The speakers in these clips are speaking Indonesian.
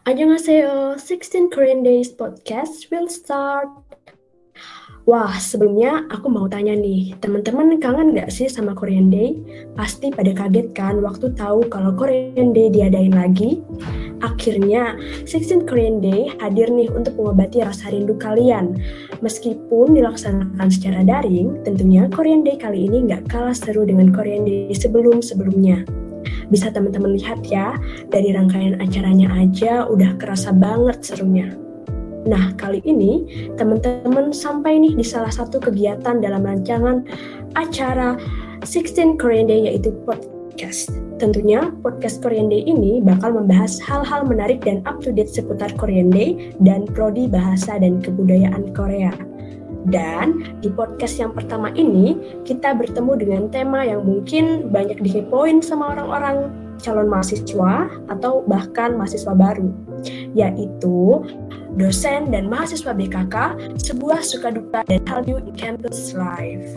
Annyeonghaseyo, 16 Korean Days Podcast will start. Wah, sebelumnya aku mau tanya nih, teman-teman kangen nggak sih sama Korean Day? Pasti pada kaget kan waktu tahu kalau Korean Day diadain lagi? Akhirnya, 16 Korean Day hadir nih untuk mengobati rasa rindu kalian. Meskipun dilaksanakan secara daring, tentunya Korean Day kali ini nggak kalah seru dengan Korean Day sebelum-sebelumnya. Bisa teman-teman lihat ya, dari rangkaian acaranya aja udah kerasa banget serunya. Nah, kali ini teman-teman sampai nih di salah satu kegiatan dalam rancangan acara 16 Korean Day, yaitu podcast. Tentunya podcast Korean Day ini bakal membahas hal-hal menarik dan up-to-date seputar Korean Day dan prodi bahasa dan kebudayaan Korea. Dan di podcast yang pertama ini, kita bertemu dengan tema yang mungkin banyak dikepoin sama orang-orang calon mahasiswa atau bahkan mahasiswa baru, yaitu dosen dan mahasiswa BKK, sebuah suka duka dan hal new in campus life.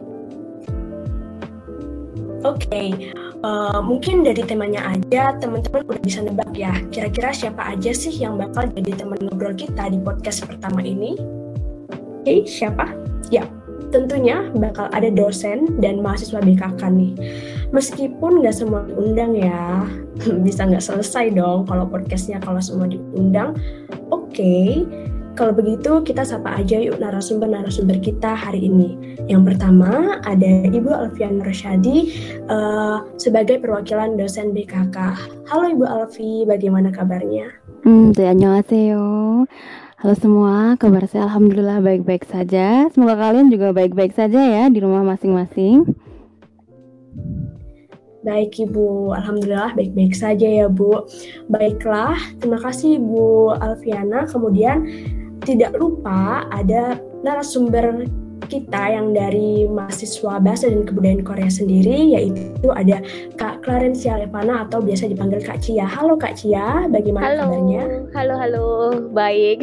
Oke, mungkin dari temanya aja teman-teman udah bisa nebak ya, kira-kira siapa aja sih yang bakal jadi teman ngobrol kita di podcast pertama ini? Oke, siapa? Ya, tentunya bakal ada dosen dan mahasiswa BKK nih. Meskipun nggak semua diundang ya, bisa nggak selesai dong kalau podcastnya kalau semua diundang. Oke, kalau begitu kita sapa aja yuk narasumber-narasumber kita hari ini. Yang pertama ada Ibu Alfiana Rosyadi sebagai perwakilan dosen BKK. Halo Ibu Alfi, bagaimana kabarnya? Annyeonghaseyo. Halo semua, kabar saya alhamdulillah baik-baik saja. Semoga kalian juga baik-baik saja ya di rumah masing-masing. Baik Ibu, alhamdulillah baik-baik saja ya Bu. Baiklah, terima kasih Ibu Alfiana. Kemudian tidak lupa ada narasumber kita yang dari mahasiswa bahasa dan kebudayaan Korea sendiri, yaitu ada Kak Clarencia Levana atau biasa dipanggil Kak Cia. Halo Kak Cia, bagaimana kabarnya? Halo, baik.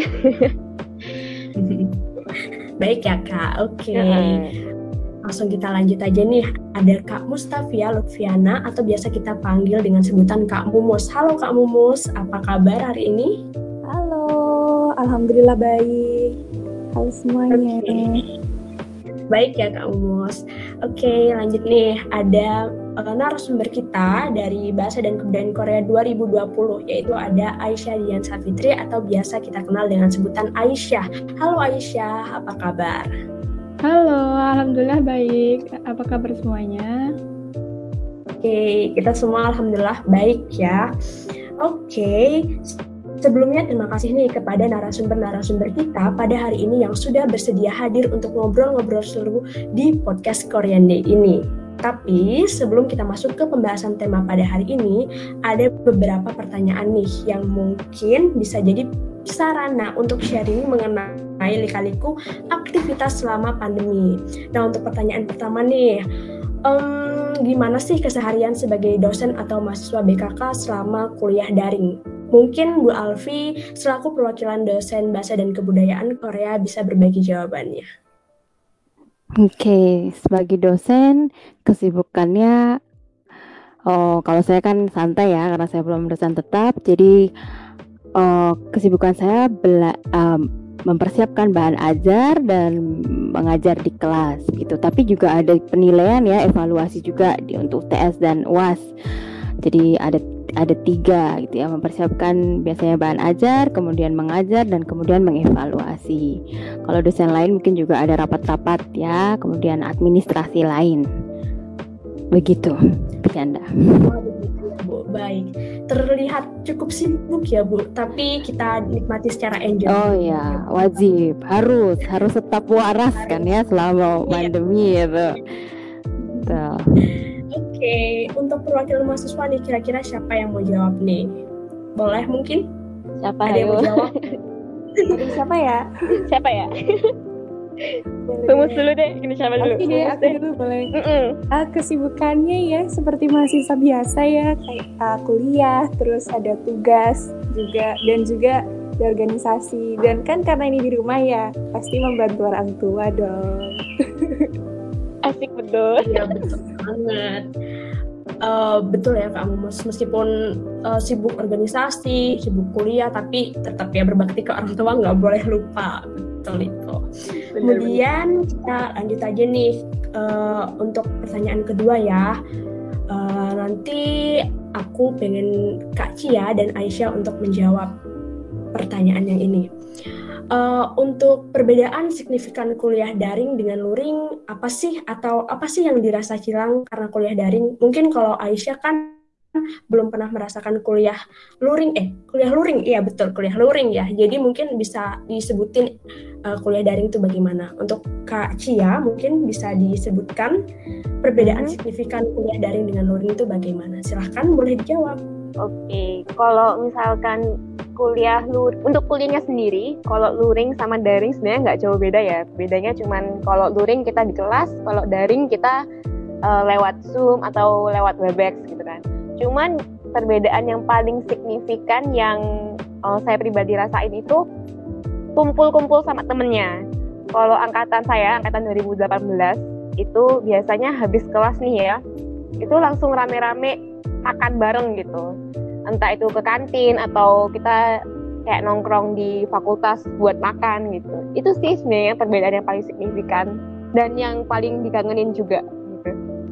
Baik ya Kak, oke. Langsung kita lanjut aja nih. Ada Kak Mustafia Lutfiana atau biasa kita panggil dengan sebutan Kak Mumus. Halo Kak Mumus, apa kabar hari ini? Halo, alhamdulillah baik. Halo semuanya. Baik ya Kak Mumus. Oke, lanjut nih. Ada narasumber kita dari Bahasa dan Kebudayaan Korea 2020, yaitu ada Aisyah Dian Safitri atau biasa kita kenal dengan sebutan Aisyah. Halo Aisyah, apa kabar? Halo, alhamdulillah baik. Apa kabar semuanya? Oke, kita semua alhamdulillah baik ya. Oke, sebelumnya terima kasih nih kepada narasumber-narasumber kita pada hari ini yang sudah bersedia hadir untuk ngobrol-ngobrol seru di podcast Korean Day ini. Tapi sebelum kita masuk ke pembahasan tema pada hari ini, ada beberapa pertanyaan nih yang mungkin bisa jadi sarana untuk sharing mengenai lika-liku aktivitas selama pandemi. Nah, untuk pertanyaan pertama nih, gimana sih keseharian sebagai dosen atau mahasiswa BKK selama kuliah daring? Mungkin Bu Alfi selaku perwakilan dosen bahasa dan kebudayaan Korea bisa berbagi jawabannya. Oke, sebagai dosen kesibukannya, kalau saya kan santai ya karena saya belum dosen tetap. Jadi kesibukan saya mempersiapkan bahan ajar dan mengajar di kelas gitu. Tapi juga ada penilaian ya, evaluasi juga untuk TS dan UAS. Jadi ada 3 gitu ya, mempersiapkan biasanya bahan ajar, kemudian mengajar, dan kemudian mengevaluasi. Kalau dosen lain mungkin juga ada rapat-rapat ya, kemudian administrasi lain. Begitu, bercanda. Bu, baik. Terlihat cukup sibuk ya Bu, tapi kita nikmati secara enjoy. Oh ya, wajib, harus tetap waras kan ya selama pandemi gitu. Betul. Oke, untuk perwakilan mahasiswa nih, kira-kira siapa yang mau jawab nih? Boleh mungkin? Siapa ada yang mau jawab? Siapa ya? Siapa ya? Tumus dulu deh, ini siapa dulu? Aku dulu boleh. Kesibukannya ya seperti mahasiswa biasa ya, kayak kuliah, terus ada tugas juga, dan juga di organisasi. Dan kan karena ini di rumah ya, pasti membantu orang tua dong. Asik betul. Iya betul banget. betul ya Kak Mumus, meskipun sibuk organisasi, sibuk kuliah, tapi tetap ya berbakti ke orang tua, nggak boleh lupa. Betul itu. Kemudian kita lanjut aja nih untuk pertanyaan kedua ya. Nanti aku pengen Kak Cia dan Aisyah untuk menjawab pertanyaan yang ini. Untuk perbedaan signifikan kuliah daring dengan luring apa sih, atau apa sih yang dirasa hilang karena kuliah daring? Mungkin kalau Aisyah kan belum pernah merasakan kuliah luring, iya betul, kuliah luring ya. Jadi mungkin bisa disebutin kuliah daring itu bagaimana. Untuk Kak Cia mungkin bisa disebutkan perbedaan signifikan kuliah daring dengan luring itu bagaimana. Silahkan, boleh dijawab. Oke, kalau misalkan untuk kuliahnya sendiri, kalau luring sama daring sebenarnya nggak jauh beda ya. Bedanya cuman kalau luring kita di kelas, kalau daring kita lewat Zoom atau lewat Webex gitu kan. Cuman perbedaan yang paling signifikan yang saya pribadi rasain itu kumpul-kumpul sama temennya. Kalau angkatan 2018, itu biasanya habis kelas nih ya, itu langsung rame-rame makan bareng gitu. Entah itu ke kantin atau kita kayak nongkrong di fakultas buat makan gitu. Itu sih sebenarnya perbedaan yang paling signifikan dan yang paling dikangenin juga gitu.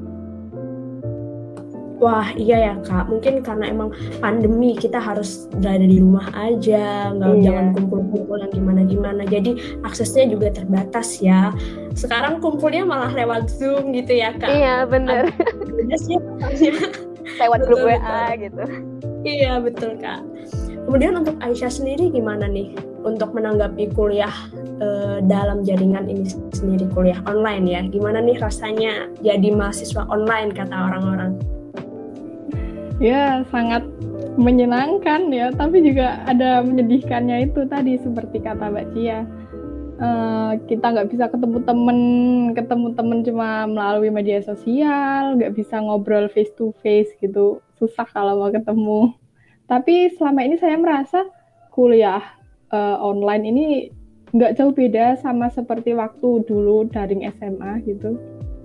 Wah, iya ya Kak, mungkin karena emang pandemi kita harus berada di rumah aja, jangan kumpul-kumpul yang gimana-gimana, jadi aksesnya juga terbatas ya. Sekarang kumpulnya malah lewat Zoom gitu ya Kak. Iya, bener. Beda sih lewat grup WA gitu. Iya, betul Kak. Kemudian untuk Aisyah sendiri gimana nih untuk menanggapi kuliah dalam jaringan ini sendiri, kuliah online ya? Gimana nih rasanya jadi mahasiswa online kata orang-orang? Ya, sangat menyenangkan ya, tapi juga ada menyedihkannya itu tadi seperti kata Mbak Cia. Kita nggak bisa ketemu temen cuma melalui media sosial, nggak bisa ngobrol face to face gitu, susah kalau mau ketemu. Tapi selama ini saya merasa kuliah online ini nggak jauh beda sama seperti waktu dulu daring SMA gitu.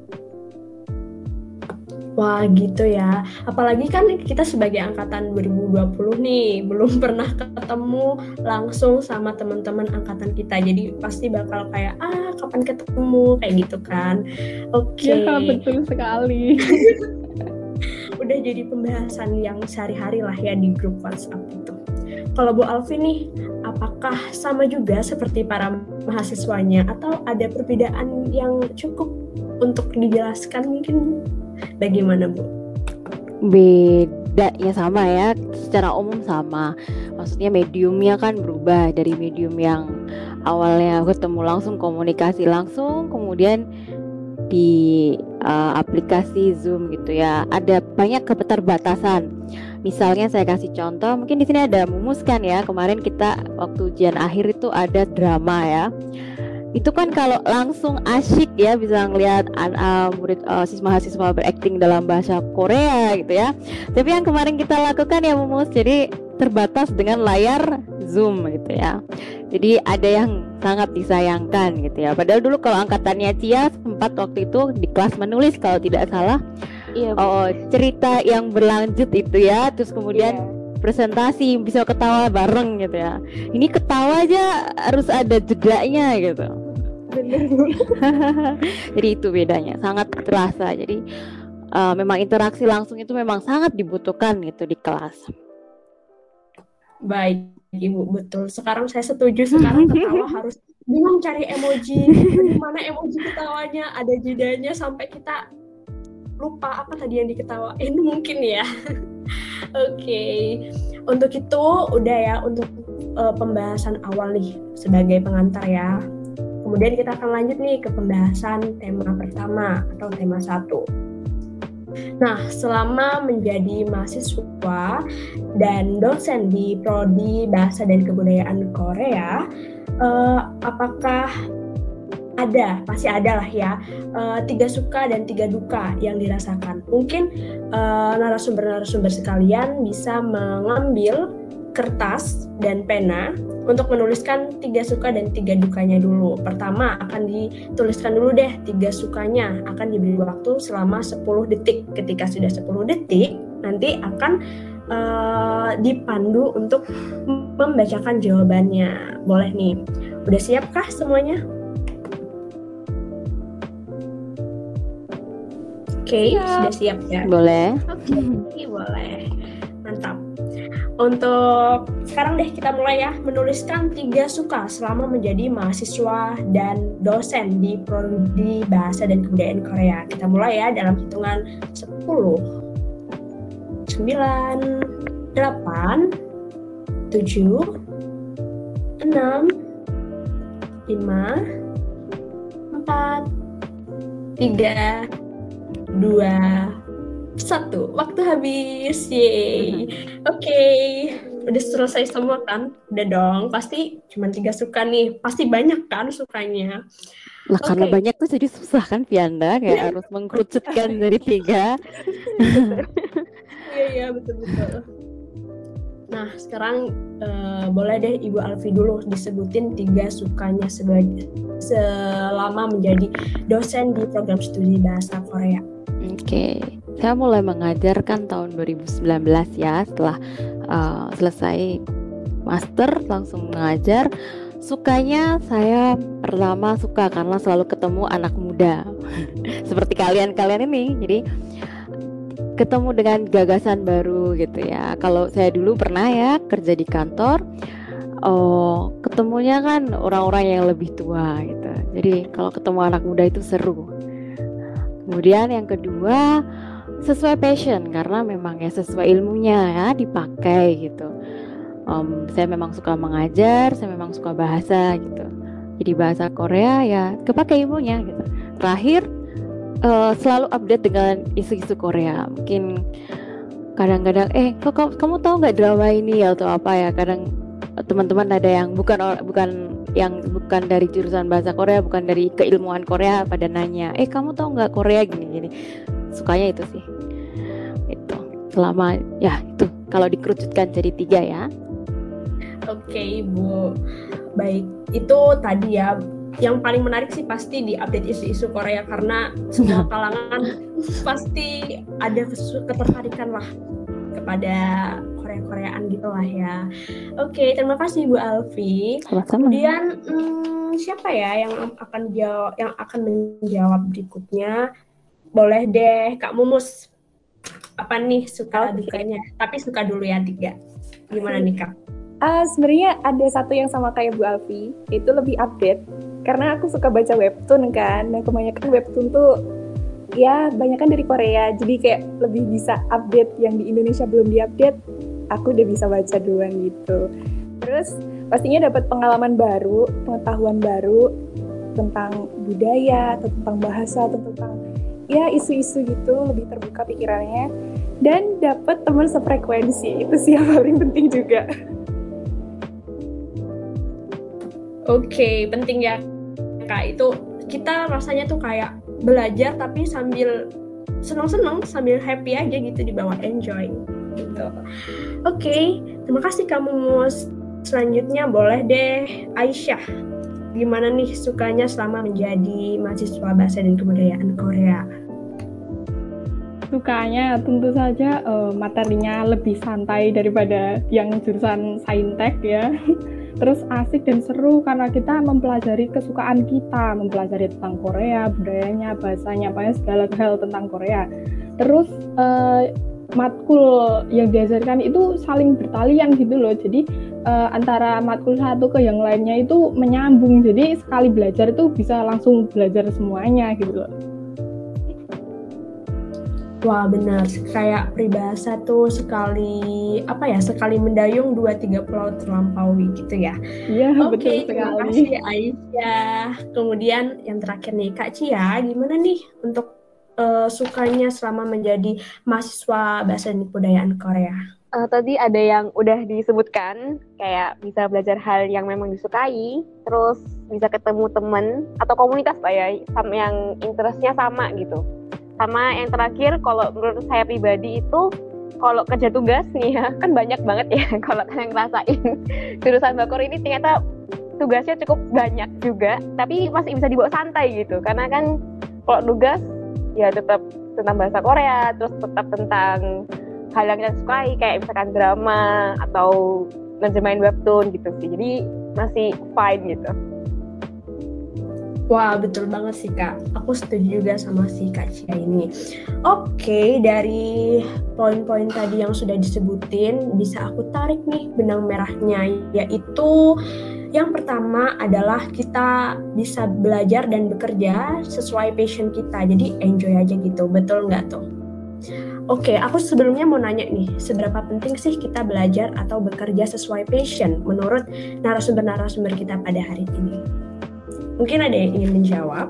Wah gitu ya, apalagi kan kita sebagai angkatan 2020 nih, belum pernah ketemu langsung sama teman-teman angkatan kita, jadi pasti bakal kayak, kapan ketemu, kayak gitu kan. Oke. Ya, betul sekali. Udah jadi pembahasan yang sehari-hari lah ya di grup WhatsApp itu. Kalau Bu Alfi nih, apakah sama juga seperti para mahasiswanya, atau ada perbedaan yang cukup untuk dijelaskan mungkin? Bagaimana Bu? Beda ya, sama ya, secara umum sama. Maksudnya mediumnya kan berubah dari medium yang awalnya ketemu langsung, komunikasi langsung, kemudian di aplikasi Zoom gitu ya. Ada banyak keterbatasan. Misalnya saya kasih contoh, mungkin di sini ada Mumus kan ya. Kemarin kita waktu ujian akhir itu ada drama ya. Itu kan kalau langsung asyik ya, bisa ngelihat murid mahasiswa berakting dalam bahasa Korea gitu ya. Tapi yang kemarin kita lakukan ya Mumus, jadi terbatas dengan layar Zoom gitu ya. Jadi ada yang sangat disayangkan gitu ya. Padahal dulu kalau angkatannya Cia sempat waktu itu di kelas menulis kalau tidak salah. Iya. Cerita yang berlanjut itu ya, terus kemudian presentasi bisa ketawa bareng gitu ya. Ini ketawa aja harus ada jedanya gitu. Jadi itu bedanya, sangat terasa. Jadi memang interaksi langsung itu memang sangat dibutuhkan gitu di kelas. Baik Ibu, betul. Sekarang saya setuju, sekarang ketawa harus bingung cari emoji. Di mana emoji ketawanya, ada jedanya sampai kita lupa apa tadi yang diketawain mungkin ya. Oke. Untuk itu udah ya, untuk pembahasan awal nih sebagai pengantar ya. Kemudian kita akan lanjut nih ke pembahasan tema pertama atau tema 1. Nah, selama menjadi mahasiswa dan dosen di Prodi Bahasa dan Kebudayaan Korea, apakah pasti ada lah ya, 3 suka dan 3 duka yang dirasakan. Mungkin narasumber-narasumber sekalian bisa mengambil kertas dan pena untuk menuliskan 3 suka dan 3 dukanya dulu. Pertama akan dituliskan dulu deh 3 sukanya, akan diberi waktu selama 10 detik. Ketika sudah 10 detik, nanti akan dipandu untuk membacakan jawabannya. Boleh nih, udah siapkah semuanya? Oke, sudah siap ya? Boleh. Oke, boleh. Mantap. Untuk sekarang deh kita mulai ya, menuliskan 3 suka selama menjadi mahasiswa dan dosen di Prodi Bahasa dan Kebudayaan Korea. Kita mulai ya dalam hitungan 10, 9, 8, 7, 6, 5, 4, 3, 2, 1. Waktu habis. Yeay. Oke. Udah selesai semua kan? Udah dong. Pasti cuma 3 suka nih. Pasti banyak kan sukanya. Lah karena banyak tuh jadi susah kan Pianda, kayak harus mengkerucutkan dari 3. Iya, betul-betul. Nah, sekarang boleh deh Ibu Alfi dulu disebutin 3 sukanya selama menjadi dosen di program studi bahasa Korea. Oke, saya mulai mengajar kan tahun 2019 ya, setelah selesai master langsung mengajar. Sukanya saya pertama suka karena selalu ketemu anak muda seperti kalian ini, jadi ketemu dengan gagasan baru gitu ya. Kalau saya dulu pernah ya kerja di kantor, ketemunya kan orang-orang yang lebih tua gitu. Jadi kalau ketemu anak muda itu seru. Kemudian yang kedua, sesuai passion karena memang ya sesuai ilmunya ya dipakai gitu. Saya memang suka mengajar, saya memang suka bahasa gitu. Jadi bahasa Korea ya kepakai ilmunya gitu. Terakhir selalu update dengan isu-isu Korea. Mungkin kadang-kadang kamu tahu nggak drama ini atau apa ya? Kadang teman-teman ada yang bukan dari jurusan bahasa Korea, bukan dari keilmuan Korea, pada nanya, kamu tahu nggak Korea gini-gini. Sukanya itu sih. Itu selama ya itu kalau dikerucutkan jadi 3 ya. Oke, Ibu. Baik, itu tadi ya. Yang paling menarik sih pasti di update isu-isu Korea karena semua kalangan pasti ada ketertarikan lah kepada Korea-Koreaan gitu lah ya. Oke, terima kasih Bu Alfi. Sama-sama. Kemudian siapa ya yang akan menjawab berikutnya? Boleh deh Kak Mumus. Apa nih suka dukanya? Tapi suka dulu ya 3. Gimana nih Kak? Sebenarnya ada satu yang sama kayak Bu Alfi, itu lebih update. Karena aku suka baca webtoon kan, dan kebanyakan webtoon tuh ya banyakan dari Korea, jadi kayak lebih bisa update yang di Indonesia belum diupdate, aku udah bisa baca duluan gitu. Terus pastinya dapat pengalaman baru, pengetahuan baru tentang budaya, atau tentang bahasa, atau tentang ya isu-isu gitu, lebih terbuka pikirannya, dan dapat teman sefrekuensi, itu sih yang paling penting juga. Oke, penting ya Kak, itu kita rasanya tuh kayak belajar tapi sambil senang-senang, sambil happy aja gitu, dibawa enjoy gitu. Oke, terima kasih kamu Mus. Selanjutnya boleh deh Aisyah. Gimana nih sukanya selama menjadi mahasiswa bahasa dan kebudayaan Korea? Sukanya tentu saja materinya lebih santai daripada yang jurusan saintek ya. Terus asik dan seru karena kita mempelajari kesukaan kita, mempelajari tentang Korea, budayanya, bahasanya, pokoknya segala hal tentang Korea. Terus matkul yang diajarkan itu saling bertalian gitu loh. Jadi antara matkul satu ke yang lainnya itu menyambung. Jadi sekali belajar itu bisa langsung belajar semuanya gitu loh. Wah benar, kayak peribahasa tuh sekali mendayung 2-3 pulau terlampaui gitu ya. Iya, Oke, betul terima sekali. kasih Aisyah. Kemudian yang terakhir nih Kak Cia, gimana nih untuk sukanya selama menjadi mahasiswa bahasa dan kebudayaan Korea? Tadi ada yang udah disebutkan, kayak bisa belajar hal yang memang disukai, terus bisa ketemu teman atau komunitas lah ya, yang interestnya sama gitu. Sama yang terakhir, kalau menurut saya pribadi itu kalau kerja tugas nih ya, kan banyak banget ya kalau kalian ngerasain. Jurusan Bakor ini ternyata tugasnya cukup banyak juga, tapi masih bisa dibawa santai gitu. Karena kan kalau tugas ya tetap tentang bahasa Korea, terus tetap tentang hal yang kita sukai kayak misalkan drama atau nerjemahin webtoon gitu sih. Jadi masih fine gitu. Wah, betul banget sih Kak. Aku setuju juga sama si Kak Cia ini. Oke, dari poin-poin tadi yang sudah disebutin, bisa aku tarik nih benang merahnya, yaitu yang pertama adalah kita bisa belajar dan bekerja sesuai passion kita. Jadi enjoy aja gitu, betul nggak tuh? Oke, aku sebelumnya mau nanya nih, seberapa penting sih kita belajar atau bekerja sesuai passion menurut narasumber-narasumber kita pada hari ini? Mungkin ada yang ingin menjawab?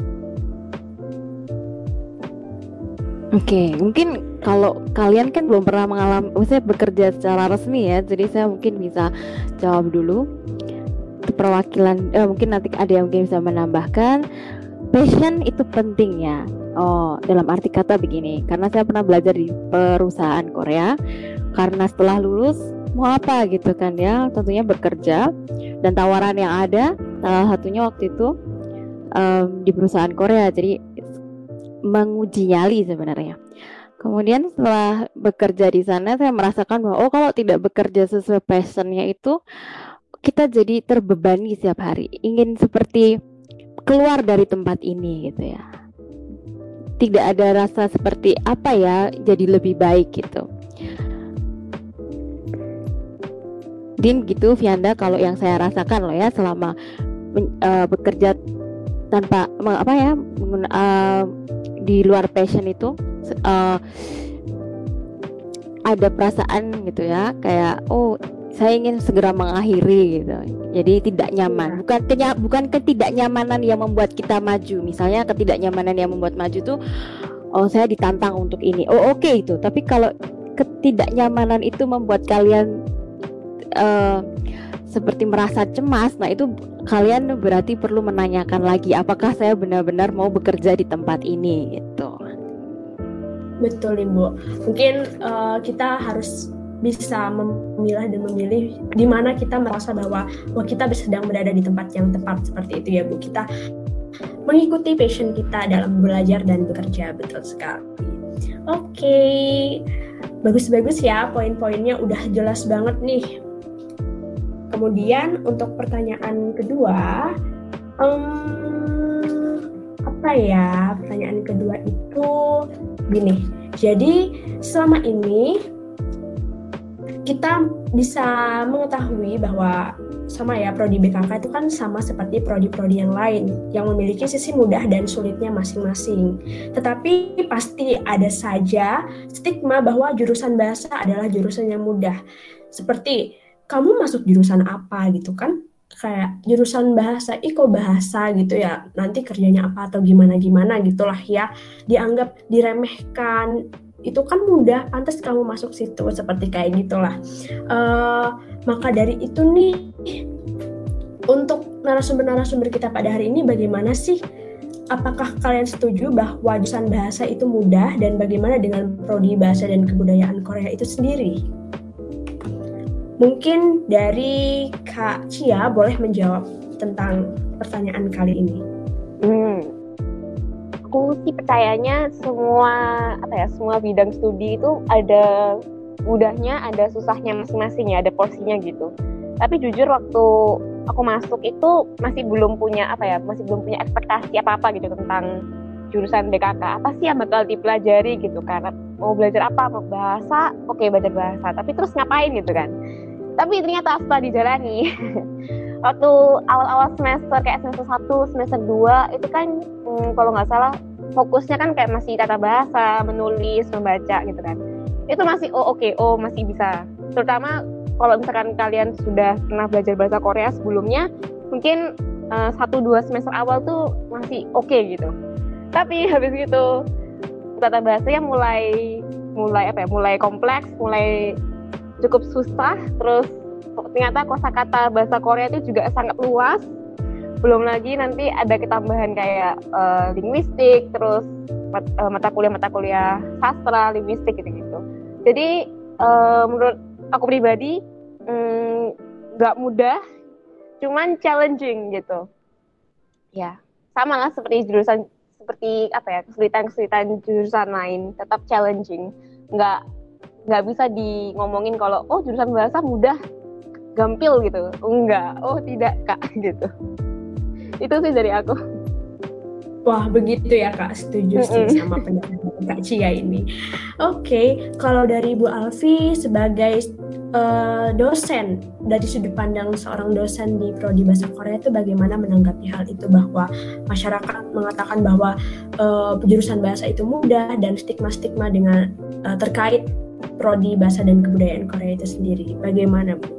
Oke, mungkin kalau kalian kan belum pernah mengalami, maksudnya bekerja secara resmi ya, jadi saya mungkin bisa jawab dulu. Perwakilan, mungkin nanti ada yang mungkin bisa menambahkan. Passion itu penting ya. Dalam arti kata begini, karena saya pernah belajar di perusahaan Korea, karena setelah lulus mau apa gitu kan ya, tentunya bekerja, dan tawaran yang ada salah satunya waktu itu di perusahaan Korea, jadi menguji nyali sebenarnya. Kemudian setelah bekerja di sana, saya merasakan bahwa kalau tidak bekerja sesuai passionnya itu, kita jadi terbebani setiap hari, ingin seperti keluar dari tempat ini gitu ya. Tidak ada rasa seperti apa ya, jadi lebih baik gitu. Din gitu, Vianda, kalau yang saya rasakan loh ya selama bekerja tanpa di luar passion itu, ada perasaan gitu ya, kayak saya ingin segera mengakhiri gitu. Jadi tidak nyaman. Bukan ketidaknyamanan yang membuat kita maju. Misalnya ketidaknyamanan yang membuat maju tuh, saya ditantang untuk ini. Oke itu. Tapi kalau ketidaknyamanan itu membuat kalian seperti merasa cemas, nah itu kalian berarti perlu menanyakan lagi, apakah saya benar-benar mau bekerja di tempat ini gitu. Betul Ibu. Mungkin kita harus bisa memilah dan memilih di mana kita merasa bahwa kita sedang berada di tempat yang tepat, seperti itu ya Bu. Kita mengikuti passion kita dalam belajar dan bekerja, betul sekali. Oke, bagus-bagus ya, poin-poinnya udah jelas banget nih. Kemudian untuk pertanyaan kedua, pertanyaan kedua itu gini. Jadi selama ini kita bisa mengetahui bahwa sama ya, prodi BKK itu kan sama seperti prodi-prodi yang lain yang memiliki sisi mudah dan sulitnya masing-masing. Tetapi pasti ada saja stigma bahwa jurusan bahasa adalah jurusan yang mudah. Seperti kamu masuk jurusan apa gitu kan? Kayak jurusan bahasa, kok bahasa gitu ya, nanti kerjanya apa atau gimana-gimana gitulah ya. Dianggap diremehkan, itu kan mudah, pantas kamu masuk situ, seperti kayak gitulah. Maka dari itu nih, untuk narasumber-narasumber kita pada hari ini bagaimana sih? Apakah kalian setuju bahwa jurusan bahasa itu mudah, dan bagaimana dengan prodi bahasa dan kebudayaan Korea itu sendiri? Mungkin dari Kak Cia boleh menjawab tentang pertanyaan kali ini. Aku sih percayanya semua bidang studi itu ada mudahnya, ada susahnya masing-masing ya, ada porsinya gitu. Tapi jujur waktu aku masuk itu masih belum punya ekspektasi apa-apa gitu tentang jurusan BKK. Apa sih yang bakal dipelajari gitu kan? Mau belajar apa? Mau bahasa? Oke, belajar bahasa. Tapi terus ngapain gitu kan? Tapi ternyata setelah dijalani waktu awal-awal semester kayak semester 1, semester 2 itu kan kalau nggak salah fokusnya kan kayak masih tata bahasa, menulis, membaca gitu kan. Itu masih masih bisa. Terutama kalau misalkan kalian sudah pernah belajar bahasa Korea sebelumnya, mungkin 1-2 semester awal tuh masih oke gitu. Tapi habis gitu tata bahasanya mulai kompleks, mulai cukup susah, terus ternyata kosakata bahasa Korea itu juga sangat luas. Belum lagi nanti ada ketambahan kayak linguistik, terus mata kuliah sastra, linguistik gitu-gitu. Jadi menurut aku pribadi nggak mudah, cuman challenging gitu. Ya, sama lah seperti jurusan, seperti apa ya, kesulitan jurusan lain, tetap challenging. Nggak bisa di ngomongin kalau oh jurusan bahasa mudah, gampil gitu. Enggak, oh tidak Kak gitu. Itu sih dari aku. Wah, begitu ya Kak, setuju sama pendapat Kak Cia ini. Oke, kalau dari Bu Alfi sebagai dosen, dari sudut pandang seorang dosen di Prodi Bahasa Korea itu bagaimana menanggapi hal itu, bahwa masyarakat mengatakan bahwa jurusan bahasa itu mudah dan stigma-stigma dengan terkait Prodi Bahasa dan Kebudayaan Korea itu sendiri. Bagaimana Bu?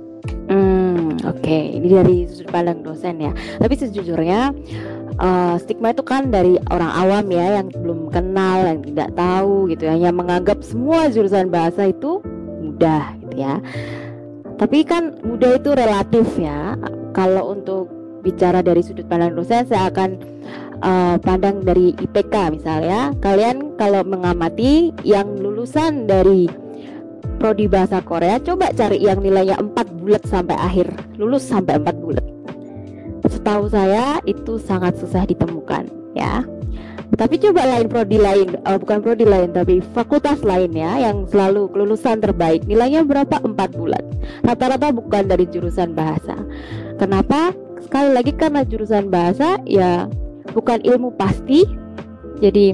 Oke, ini dari sudut pandang dosen ya. Tapi sejujurnya stigma itu kan dari orang awam ya, yang belum kenal, yang tidak tahu gitu ya, yang menganggap semua jurusan bahasa itu mudah gitu ya. Tapi kan mudah itu relatif ya. Kalau untuk bicara dari sudut pandang dosen, saya akan pandang dari IPK misalnya. Kalian kalau mengamati yang lulusan dari Prodi Bahasa Korea, coba cari yang nilainya 4 bulat sampai akhir, lulus sampai 4 bulat. Setahu saya itu sangat susah ditemukan ya. Tapi coba lain prodi lain, bukan prodi lain tapi fakultas lain ya, yang selalu kelulusan terbaik nilainya berapa? 4 bulat. Rata-rata bukan dari jurusan bahasa. Kenapa? Sekali lagi karena jurusan bahasa ya bukan ilmu pasti. Jadi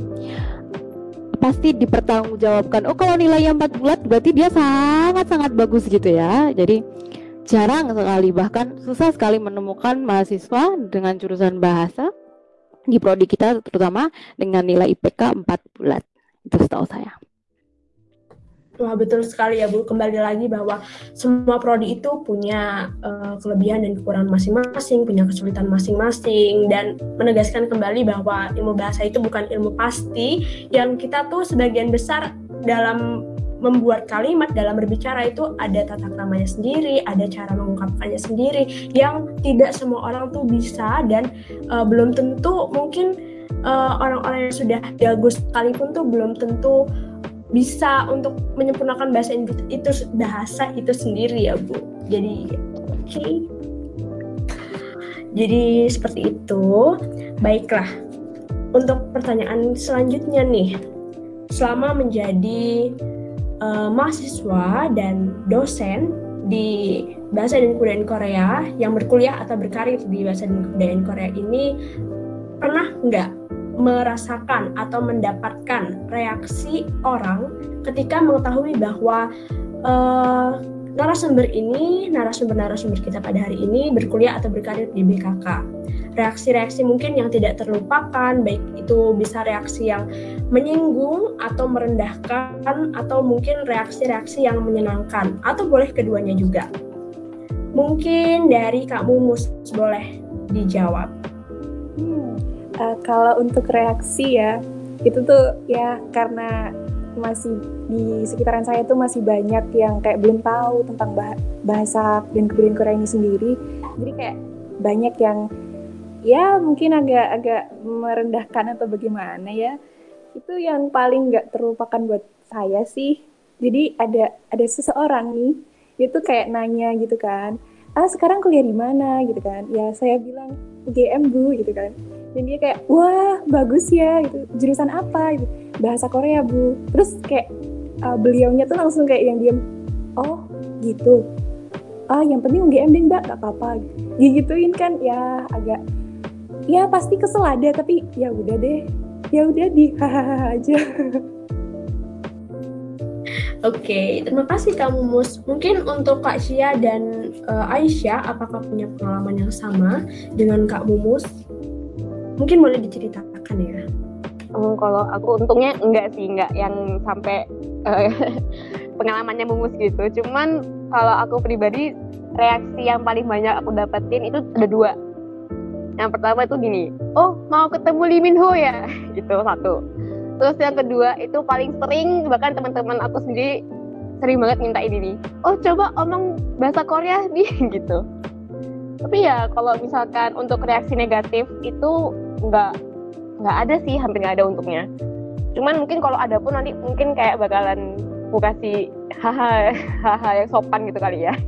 pasti dipertanggungjawabkan. Oh, kalau nilainya 4 bulat berarti dia sangat-sangat bagus gitu ya. Jadi jarang sekali, bahkan susah sekali menemukan mahasiswa dengan jurusan bahasa di prodi kita, terutama dengan nilai IPK 4 bulat. Itu setahu saya. Wah, betul sekali ya Bu. Kembali lagi bahwa semua prodi itu punya kelebihan dan kekurangan masing-masing, punya kesulitan masing-masing, dan menegaskan kembali bahwa ilmu bahasa itu bukan ilmu pasti yang kita tuh sebagian besar dalam membuat kalimat, dalam berbicara itu ada tata keramanya sendiri, ada cara mengungkapkannya sendiri yang tidak semua orang tuh bisa, dan belum tentu mungkin orang-orang yang sudah jago sekalipun tuh belum tentu bisa untuk menyempurnakan bahasa itu sendiri ya Bu. Jadi jadi seperti itu. Baiklah, untuk pertanyaan selanjutnya nih, selama menjadi mahasiswa dan dosen di Bahasa dan Kebudayaan Korea yang berkuliah atau berkarir di Bahasa dan Kebudayaan Korea ini, pernah nggak merasakan atau mendapatkan reaksi orang ketika mengetahui bahwa narasumber kita pada hari ini berkuliah atau berkarir di BKK? Reaksi-reaksi mungkin yang tidak terlupakan, baik itu bisa reaksi yang menyinggung atau merendahkan, atau mungkin reaksi-reaksi yang menyenangkan, atau boleh keduanya juga. Mungkin dari Kak Mumus boleh dijawab. Kalau untuk reaksi ya, itu tuh ya karena masih di sekitaran saya tuh masih banyak yang kayak belum tahu tentang bahasa dan kebudayaan Korea ini sendiri. Jadi kayak banyak yang ya mungkin agak merendahkan atau bagaimana ya. Itu yang paling nggak terlupakan buat saya sih. Jadi ada seseorang nih, dia tuh kayak nanya gitu kan, sekarang kuliah di mana gitu kan? Ya saya bilang UGM Bu gitu kan. Dan dia kayak, wah bagus ya gitu, jurusan apa gitu, bahasa Korea Bu. Terus kayak beliaunya tuh langsung kayak yang diam, oh gitu, yang penting UGM deh Mbak, gak apa-apa gituin kan. Ya agak, ya pasti kesel ada, tapi ya udah deh, ya udah di hahaha aja. Oke, terima kasih Kak Mumus. Mungkin untuk Kak Cia dan Aisyah, apakah punya pengalaman yang sama dengan Kak Mumus? Mungkin boleh diceritakan ya. Kalau aku untungnya enggak yang sampai pengalamannya Mumus gitu. Cuman kalau aku pribadi, reaksi yang paling banyak aku dapetin itu ada 2. Yang pertama itu gini, oh mau ketemu Lee Min Ho ya, gitu satu. Terus yang kedua itu paling sering, bahkan teman-teman aku sendiri sering banget minta ini nih, oh coba omong bahasa Korea nih gitu. Tapi ya kalau misalkan untuk reaksi negatif itu nggak ada sih, hampir nggak ada untungnya. Cuman mungkin kalau ada pun nanti mungkin kayak bakalan aku kasih haha yang sopan gitu kali ya.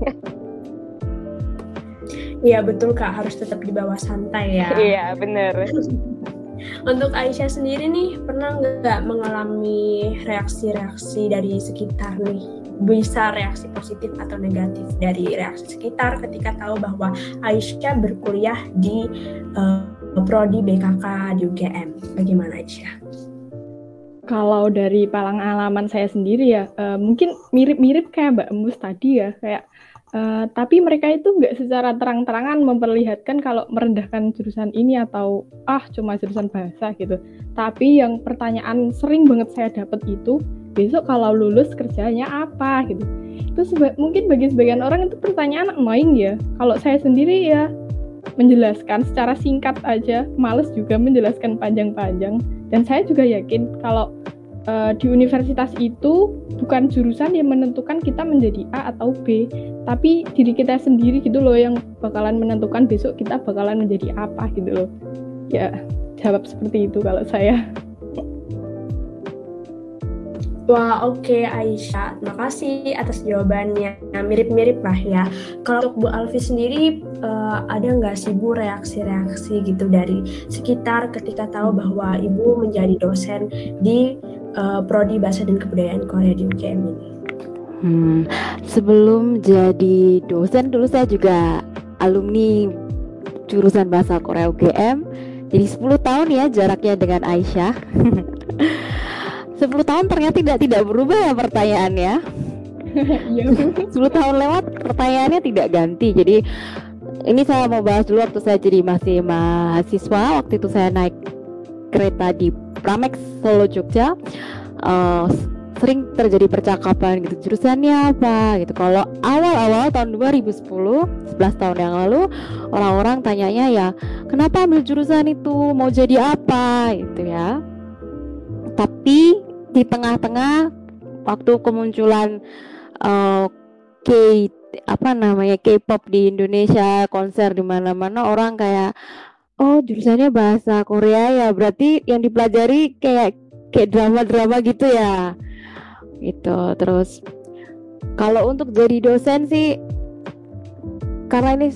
Iya betul Kak, harus tetap dibawa santai ya. Iya bener. Untuk Aisyah sendiri nih, pernah nggak mengalami reaksi-reaksi dari sekitar nih? Bisa reaksi positif atau negatif dari reaksi sekitar ketika tahu bahwa Aisyah berkuliah di Prodi BKK di UGM. Bagaimana Aisyah? Kalau dari pengalaman saya sendiri ya, mungkin mirip-mirip kayak Mbak Mus tadi ya, kayak tapi mereka itu nggak secara terang-terangan memperlihatkan kalau merendahkan jurusan ini atau cuma jurusan bahasa gitu. Tapi yang pertanyaan sering banget saya dapat itu, besok kalau lulus kerjanya apa gitu. Itu mungkin bagi sebagian orang itu pertanyaan annoying ya. Kalau saya sendiri ya menjelaskan secara singkat aja, males juga menjelaskan panjang-panjang. Dan saya juga yakin kalau di universitas itu bukan jurusan yang menentukan kita menjadi A atau B, tapi diri kita sendiri gitu loh yang bakalan menentukan besok kita bakalan menjadi apa gitu loh. Ya, jawab seperti itu kalau saya. Wah, oke Aisyah, terima kasih atas jawabannya. Mirip-mirip lah ya. Kalau untuk Bu Alfi sendiri, ada nggak sih Bu reaksi-reaksi gitu dari sekitar ketika tahu bahwa Ibu menjadi dosen di Prodi Bahasa dan Kebudayaan Korea di UGM ini? Sebelum jadi dosen dulu saya juga alumni jurusan Bahasa Korea UGM. Jadi 10 tahun ya jaraknya dengan Aisyah. 10 tahun ternyata tidak berubah ya pertanyaannya. 10 tahun lewat pertanyaannya tidak ganti. Jadi ini saya mau bahas dulu waktu saya jadi masih mahasiswa. Waktu itu saya naik kereta di Pramex Solo Jogja. Sering terjadi percakapan gitu, jurusannya apa gitu. Kalau awal-awal tahun 2010, 11 tahun yang lalu, orang-orang tanyanya ya, kenapa ambil jurusan itu, mau jadi apa gitu ya. Tapi di tengah-tengah waktu kemunculan K-pop di Indonesia, konser di mana-mana, orang kayak jurusannya bahasa Korea ya, berarti yang dipelajari kayak drama-drama gitu ya. Gitu. Terus kalau untuk jadi dosen sih karena ini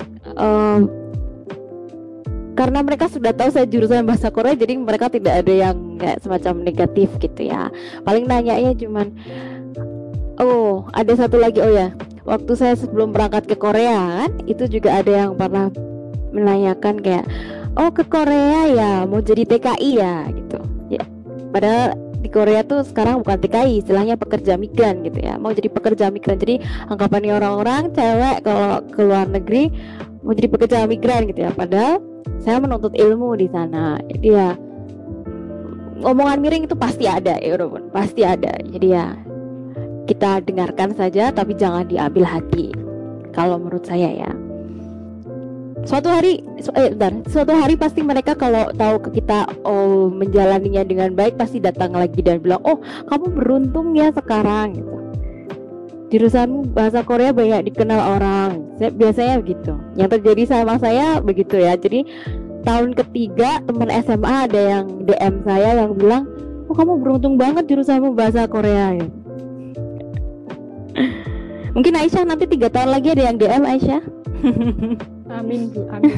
karena mereka sudah tahu saya jurusan bahasa Korea, jadi mereka tidak ada yang kayak semacam negatif gitu ya. Paling nanyanya cuman ada satu lagi waktu saya sebelum berangkat ke Korea kan, itu juga ada yang pernah menanyakan kayak ke Korea ya mau jadi TKI ya gitu ya. Padahal di Korea tuh sekarang bukan TKI, istilahnya pekerja migran gitu ya. Mau jadi pekerja migran. Jadi anggapannya orang-orang cewek kalau ke luar negeri mau jadi pekerja migran gitu ya. Padahal saya menuntut ilmu di sana. Jadi ya omongan miring itu pasti ada ya, pasti ada. Jadi ya kita dengarkan saja tapi jangan diambil hati. Kalau menurut saya ya. Suatu hari pasti mereka kalau tahu ke kita menjalaninya dengan baik pasti datang lagi dan bilang, kamu beruntung ya sekarang gitu. Jurusanmu bahasa Korea banyak dikenal orang. Biasanya begitu. Yang terjadi sama saya begitu ya. Jadi tahun ketiga teman SMA ada yang DM saya yang bilang, kamu beruntung banget jurusanmu bahasa Korea ya. Mungkin Aisyah nanti 3 tahun lagi ada yang DM Aisyah. Amin Bu, amin.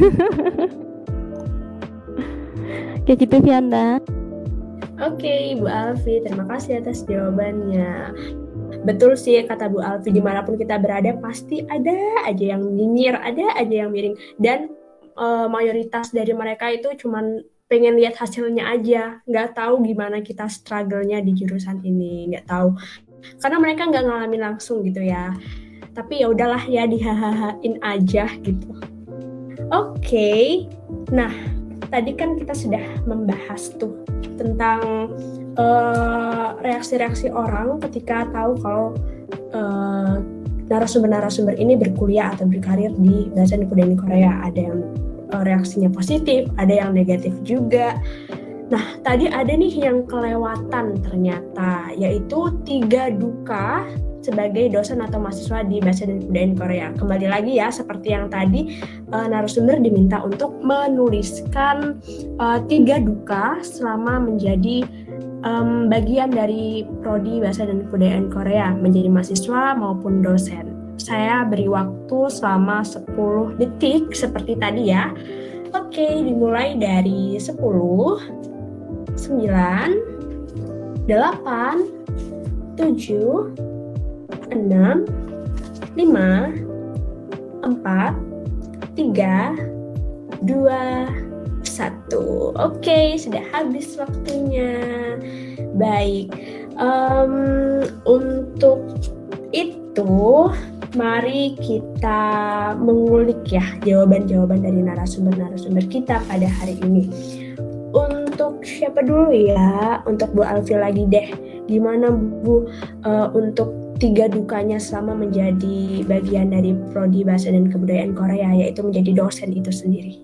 Kayak gitu Fianda. Oke, Bu Alfi, terima kasih atas jawabannya. Betul sih kata Bu Alfi, dimanapun kita berada pasti ada aja yang nyinyir, ada aja yang miring. Dan mayoritas dari mereka itu cuman pengen lihat hasilnya aja, nggak tahu gimana kita struggle-nya di jurusan ini, nggak tahu. Karena mereka nggak ngalamin langsung gitu ya. Tapi ya udahlah ya, dihahain aja gitu. Oke. Nah, tadi kan kita sudah membahas tuh tentang reaksi-reaksi orang ketika tahu kalau narasumber-narasumber ini berkuliah atau berkarir di Bahasa dan Kebudayaan Korea. Ada yang reaksinya positif, ada yang negatif juga. Nah, tadi ada nih yang kelewatan ternyata, yaitu 3 duka sebagai dosen atau mahasiswa di Bahasa dan Kebudayaan Korea. Kembali lagi ya, seperti yang tadi narasumber diminta untuk menuliskan 3 duka selama menjadi bagian dari Prodi Bahasa dan Kebudayaan Korea, menjadi mahasiswa maupun dosen. Saya beri waktu selama 10 detik seperti tadi ya. Oke, dimulai dari 10, 9, 8, 7, 6, 5, 4, 3, 2, 1. Oke, sudah habis waktunya. Baik, untuk itu mari kita mengulik ya jawaban-jawaban dari narasumber-narasumber kita pada hari ini. Untuk siapa dulu ya? Untuk Bu Alfi lagi deh. Gimana Bu untuk 3 dukanya selama menjadi bagian dari Prodi Bahasa dan Kebudayaan Korea, yaitu menjadi dosen itu sendiri?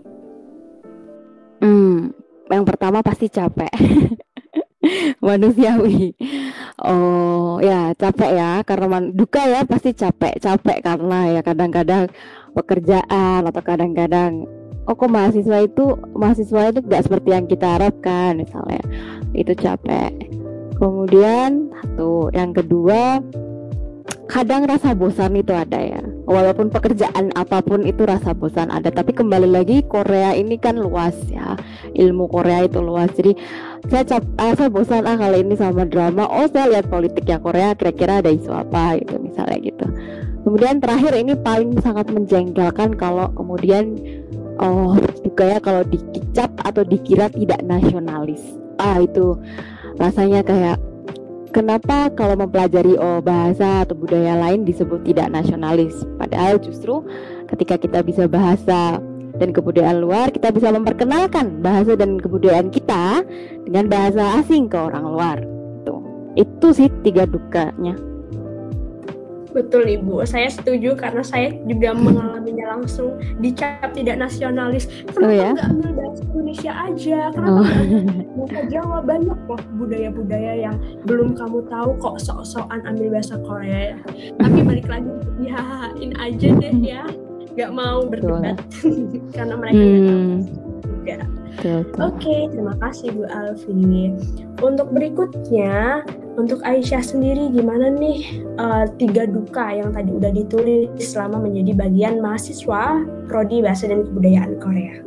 Yang pertama pasti capek. Manusiawi. Oh ya, capek ya, karena duka ya, pasti capek karena ya kadang-kadang pekerjaan atau kadang-kadang kok mahasiswa itu nggak seperti yang kita harapkan misalnya, itu capek. Kemudian yang kedua, kadang rasa bosan itu ada ya, walaupun pekerjaan apapun itu rasa bosan ada, tapi kembali lagi Korea ini kan luas ya, ilmu Korea itu luas, jadi saya bosan kali ini sama drama, saya lihat politiknya Korea, kira-kira ada isu apa gitu misalnya gitu. Kemudian terakhir ini paling sangat menjengkelkan kalau kemudian juga ya kalau dikicap atau dikira tidak nasionalis. Itu rasanya kayak, kenapa kalau mempelajari bahasa atau budaya lain disebut tidak nasionalis? Padahal justru ketika kita bisa bahasa dan kebudayaan luar, kita bisa memperkenalkan bahasa dan kebudayaan kita dengan bahasa asing ke orang luar. Itu sih 3 dukanya. Betul Ibu, saya setuju karena saya juga mengalaminya langsung, dicap tidak nasionalis. Kenapa nggak ambil bahasa Indonesia aja? Kenapa nggak bahasa Jawa? Banyak loh budaya-budaya yang belum kamu tahu kok, sok-sokan ambil bahasa Korea. Tapi balik lagi, dihahain aja deh ya, nggak mau berdebat karena mereka nggak tahu juga. Oke, terima kasih Bu Alfi. Untuk berikutnya, untuk Aisyah sendiri gimana nih 3 duka yang tadi udah ditulis selama menjadi bagian mahasiswa Prodi Bahasa dan Kebudayaan Korea?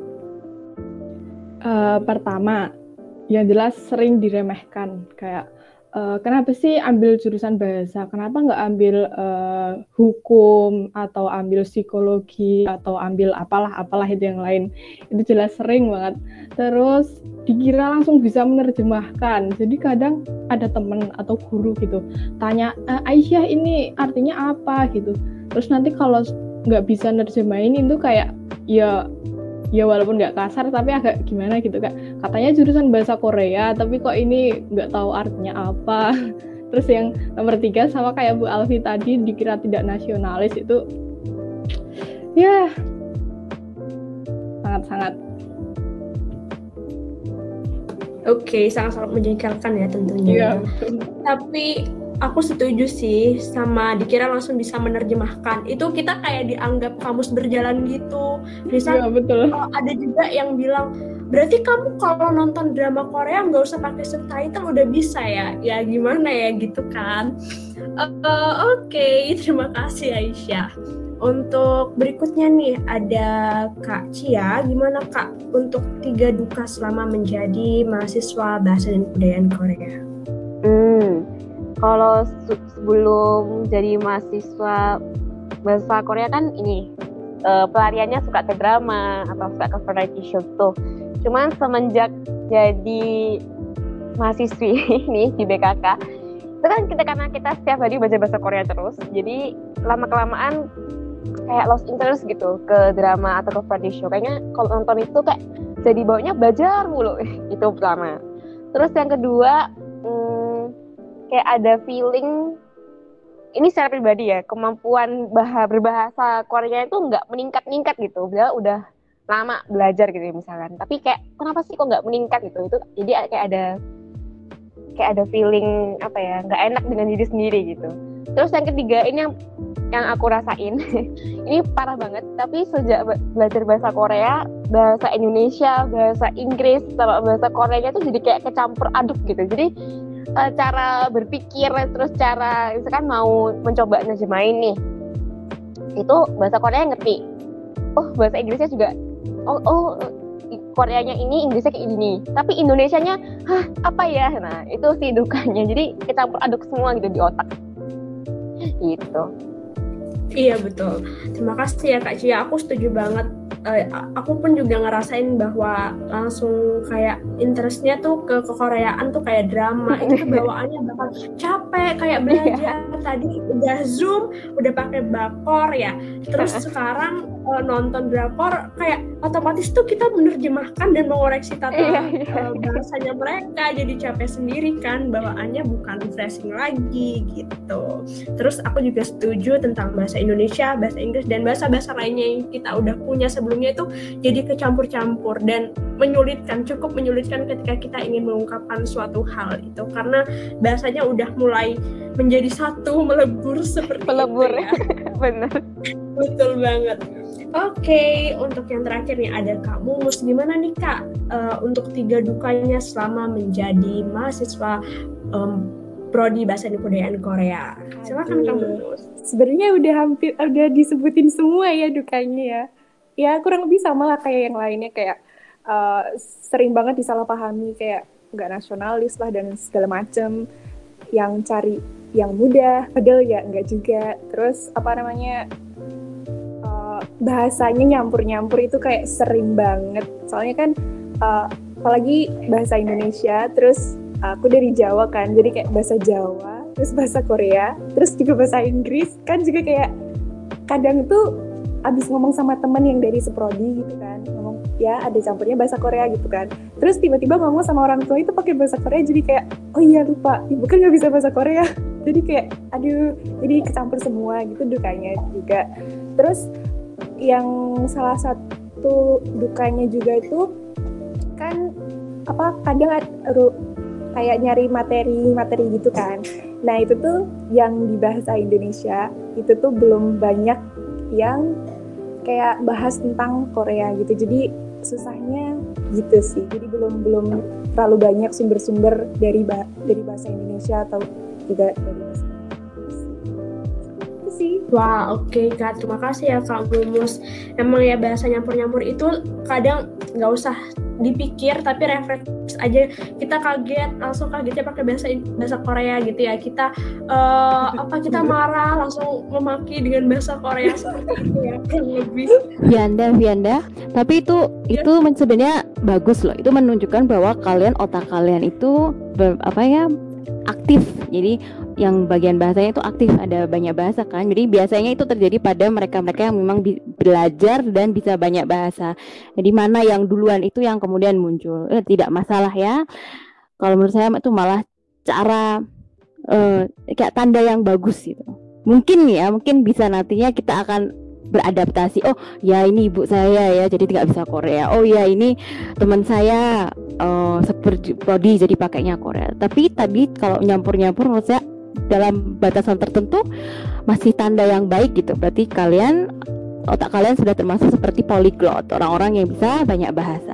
Pertama, yang jelas sering diremehkan, kayak kenapa sih ambil jurusan bahasa? Kenapa nggak ambil hukum atau ambil psikologi atau ambil apalah itu yang lain? Itu jelas sering banget. Terus dikira langsung bisa menerjemahkan. Jadi kadang ada temen atau guru gitu tanya, Aisyah ini artinya apa gitu. Terus nanti kalau nggak bisa nerjemahin itu kayak ya walaupun nggak kasar tapi agak gimana gitu, Kak. Katanya jurusan bahasa Korea tapi kok ini nggak tahu artinya apa. Terus yang nomor 3 sama kayak Bu Alfi tadi, dikira tidak nasionalis, itu ya sangat-sangat. Oke, sangat-sangat menjengkelkan ya tentunya. Iya. Tapi aku setuju sih sama dikira langsung bisa menerjemahkan. Itu kita kayak dianggap kamus berjalan gitu. Misal betul. Ada juga yang bilang, berarti kamu kalau nonton drama Korea nggak usah pakai subtitle udah bisa ya? Ya gimana ya gitu kan? Oke, terima kasih Aisyah. Untuk berikutnya nih ada Kak Cia. Gimana Kak untuk 3 duka selama menjadi mahasiswa Bahasa dan Kebudayaan Korea? Kalau sebelum jadi mahasiswa bahasa Korea kan ini pelariannya suka ke drama atau suka ke variety show tuh. Cuman semenjak jadi mahasiswi ini di BKK, itu kan karena kita setiap hari baca bahasa Korea terus, jadi lama-kelamaan kayak lost interest gitu ke drama atau ke variety show. Kayaknya kalau nonton itu kayak jadi baunya belajar mulu. Itu pertama. Terus yang kedua, kayak ada feeling, ini secara pribadi ya, kemampuan berbahasa Korea itu nggak meningkat gitu. Udah lama belajar gitu misalkan, tapi kayak kenapa sih kok nggak meningkat gitu? Itu jadi kayak ada feeling apa ya, nggak enak dengan diri sendiri gitu. Terus yang ketiga, ini yang aku rasain ini parah banget, tapi sejak belajar bahasa Korea bahasa Indonesia, bahasa Inggris, sama bahasa Koreanya tuh jadi kayak kecampur aduk gitu. Jadi cara berpikir, terus cara misalkan mau mencoba nerjemahin nih, itu bahasa Korea ngerti, oh bahasa Inggrisnya juga, oh Koreanya ini, Inggrisnya kayak gini, tapi Indonesianya, apa ya? Nah itu sih dukanya, jadi kecampur aduk semua gitu di otak, gitu. Iya betul. Terima kasih ya Kak Cia. Aku setuju banget. Aku pun juga ngerasain bahwa langsung kayak interestnya tuh ke Koreaan tuh kayak drama. Itu tuh bawaannya bakal capek kayak belajar. Tadi udah Zoom, udah pakai bakor ya. Terus sekarang nonton drakor kayak otomatis tuh kita menerjemahkan dan mengoreksi tata bahasanya mereka. Jadi capek sendiri kan. Bawaannya bukan refreshing lagi gitu. Terus aku juga setuju tentang bahasa Indonesia, bahasa Inggris, dan bahasa-bahasa lainnya yang kita udah punya sebelumnya itu jadi kecampur-campur dan cukup menyulitkan ketika kita ingin mengungkapkan suatu hal itu karena bahasanya udah mulai menjadi satu, melebur seperti itu ya. Bener. Betul banget. Oke, untuk yang terakhir nih ada Kak Mumus. Gimana nih Kak untuk 3 dukanya selama menjadi mahasiswa Prodi Bahasa dan Kebudayaan Korea? Silakan Kak Mumus. Sebenarnya udah disebutin semua ya dukanya ya. Ya kurang lebih sama lah kayak yang lainnya, kayak sering banget disalahpahami, kayak nggak nasionalis lah dan segala macem, yang cari yang mudah padahal ya nggak juga. Terus bahasanya nyampur-nyampur itu kayak sering banget, soalnya kan apalagi bahasa Indonesia, terus aku dari Jawa kan, jadi kayak bahasa Jawa, terus bahasa Korea, terus juga bahasa Inggris, kan juga kayak kadang tuh abis ngomong sama temen yang dari seprodi gitu kan, ngomong ya ada campurnya bahasa Korea gitu kan, terus tiba-tiba ngomong sama orang tua itu pakai bahasa Korea, jadi kayak oh iya lupa, ibu kan nggak bisa bahasa Korea, jadi kayak aduh, jadi kecampur semua gitu dukanya juga. Terus yang salah satu dukanya juga itu kan kadang kayak nyari materi gitu kan. Nah itu tuh yang di bahasa Indonesia itu tuh belum banyak yang kayak bahas tentang Korea gitu. Jadi susahnya gitu sih. Jadi belum terlalu banyak sumber-sumber dari bahasa Indonesia atau juga dari bahasa Inggris. Itu sih. Wah, oke Kak. Terima kasih ya Kak Mumus. Emang ya bahasa nyampur-nyampur itu kadang nggak usah dipikir tapi refleks aja, kita langsung kagetnya pakai bahasa Korea gitu ya, kita kita marah langsung memaki dengan bahasa Korea seperti itu ya kurang lebih. Vianda, tapi itu sebenarnya bagus loh, itu menunjukkan bahwa otak kalian itu aktif. Jadi yang bagian bahasanya itu aktif, ada banyak bahasa kan. Jadi biasanya itu terjadi pada mereka-mereka yang memang belajar dan bisa banyak bahasa. Jadi mana yang duluan itu yang kemudian muncul. Tidak masalah ya. Kalau menurut saya itu malah cara kayak tanda yang bagus gitu. Mungkin bisa nantinya kita akan beradaptasi. Oh ya ini ibu saya ya jadi tidak bisa Korea. Oh ya ini teman saya seperti prodi jadi pakainya Korea. Tapi tadi kalau nyampur-nyampur menurut saya dalam batasan tertentu masih tanda yang baik gitu. Berarti otak kalian sudah termasuk seperti polyglot, orang-orang yang bisa banyak bahasa.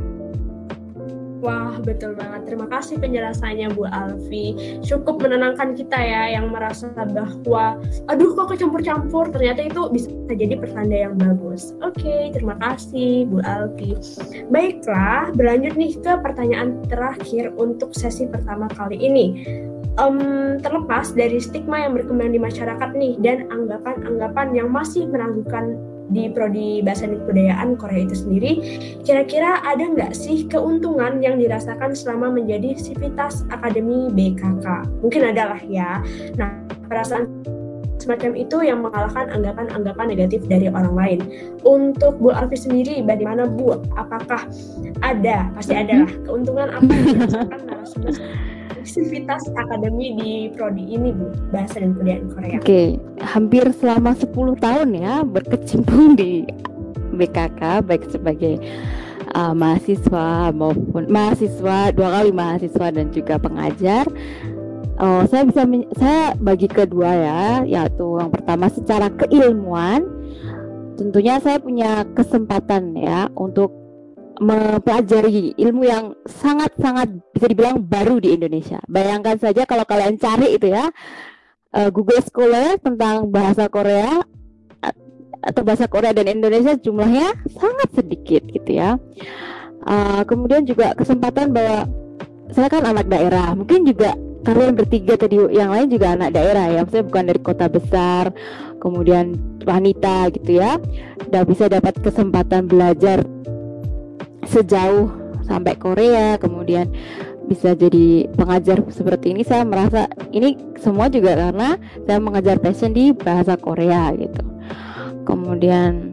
Wah, betul banget. Terima kasih penjelasannya Bu Alfi. Cukup menenangkan kita ya yang merasa bahwa aduh kok kecampur-campur, ternyata itu bisa jadi pertanda yang bagus. Oke, terima kasih Bu Alfi. Baiklah, berlanjut nih ke pertanyaan terakhir untuk sesi pertama kali ini. Terlepas dari stigma yang berkembang di masyarakat nih dan anggapan-anggapan yang masih meragukan di Prodi Bahasa dan Kebudayaan Korea itu sendiri, kira-kira ada nggak sih keuntungan yang dirasakan selama menjadi sivitas Akademi BKK? Mungkin ada lah ya. Nah, perasaan semacam itu yang mengalahkan anggapan-anggapan negatif dari orang lain. Untuk Bu Alfi sendiri, bagaimana Bu? Apakah ada, pasti ada lah, keuntungan apa yang dirasakan narasumber sivitas akademi di prodi ini Bu, Bahasa dan Kebudayaan Korea? Oke, hampir selama 10 tahun ya berkecimpung di BKK, baik sebagai mahasiswa maupun mahasiswa, 2 kali mahasiswa dan juga pengajar. Saya bagi kedua ya, yaitu yang pertama secara keilmuan, tentunya saya punya kesempatan ya untuk mempelajari ilmu yang sangat-sangat bisa dibilang baru di Indonesia. Bayangkan saja kalau kalian cari itu ya, Google Scholar tentang bahasa Korea atau bahasa Korea dan Indonesia jumlahnya sangat sedikit gitu ya. Kemudian juga kesempatan bahwa saya kan anak daerah, mungkin juga kalian bertiga tadi yang lain juga anak daerah ya, saya bukan dari kota besar, kemudian wanita gitu ya, udah bisa dapat kesempatan belajar sejauh sampai Korea, kemudian bisa jadi pengajar seperti ini. Saya merasa ini semua juga karena saya mengajar passion di bahasa Korea gitu. Kemudian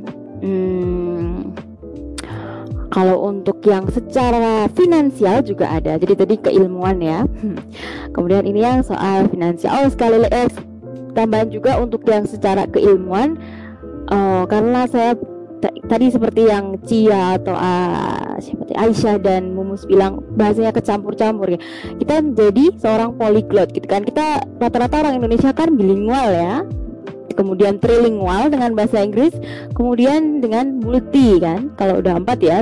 kalau untuk yang secara finansial juga ada. Jadi tadi keilmuan ya. Kemudian ini yang soal finansial. Sekali lagi tambahan juga untuk yang secara keilmuan, karena saya tadi seperti yang Cia atau Aisyah dan Mumus bilang bahasanya kecampur-campur ya. Kita jadi seorang polyglot gitu kan. Kita rata-rata orang Indonesia kan bilingual ya. Kemudian trilingual dengan bahasa Inggris, kemudian dengan multi kan. Kalau udah 4 ya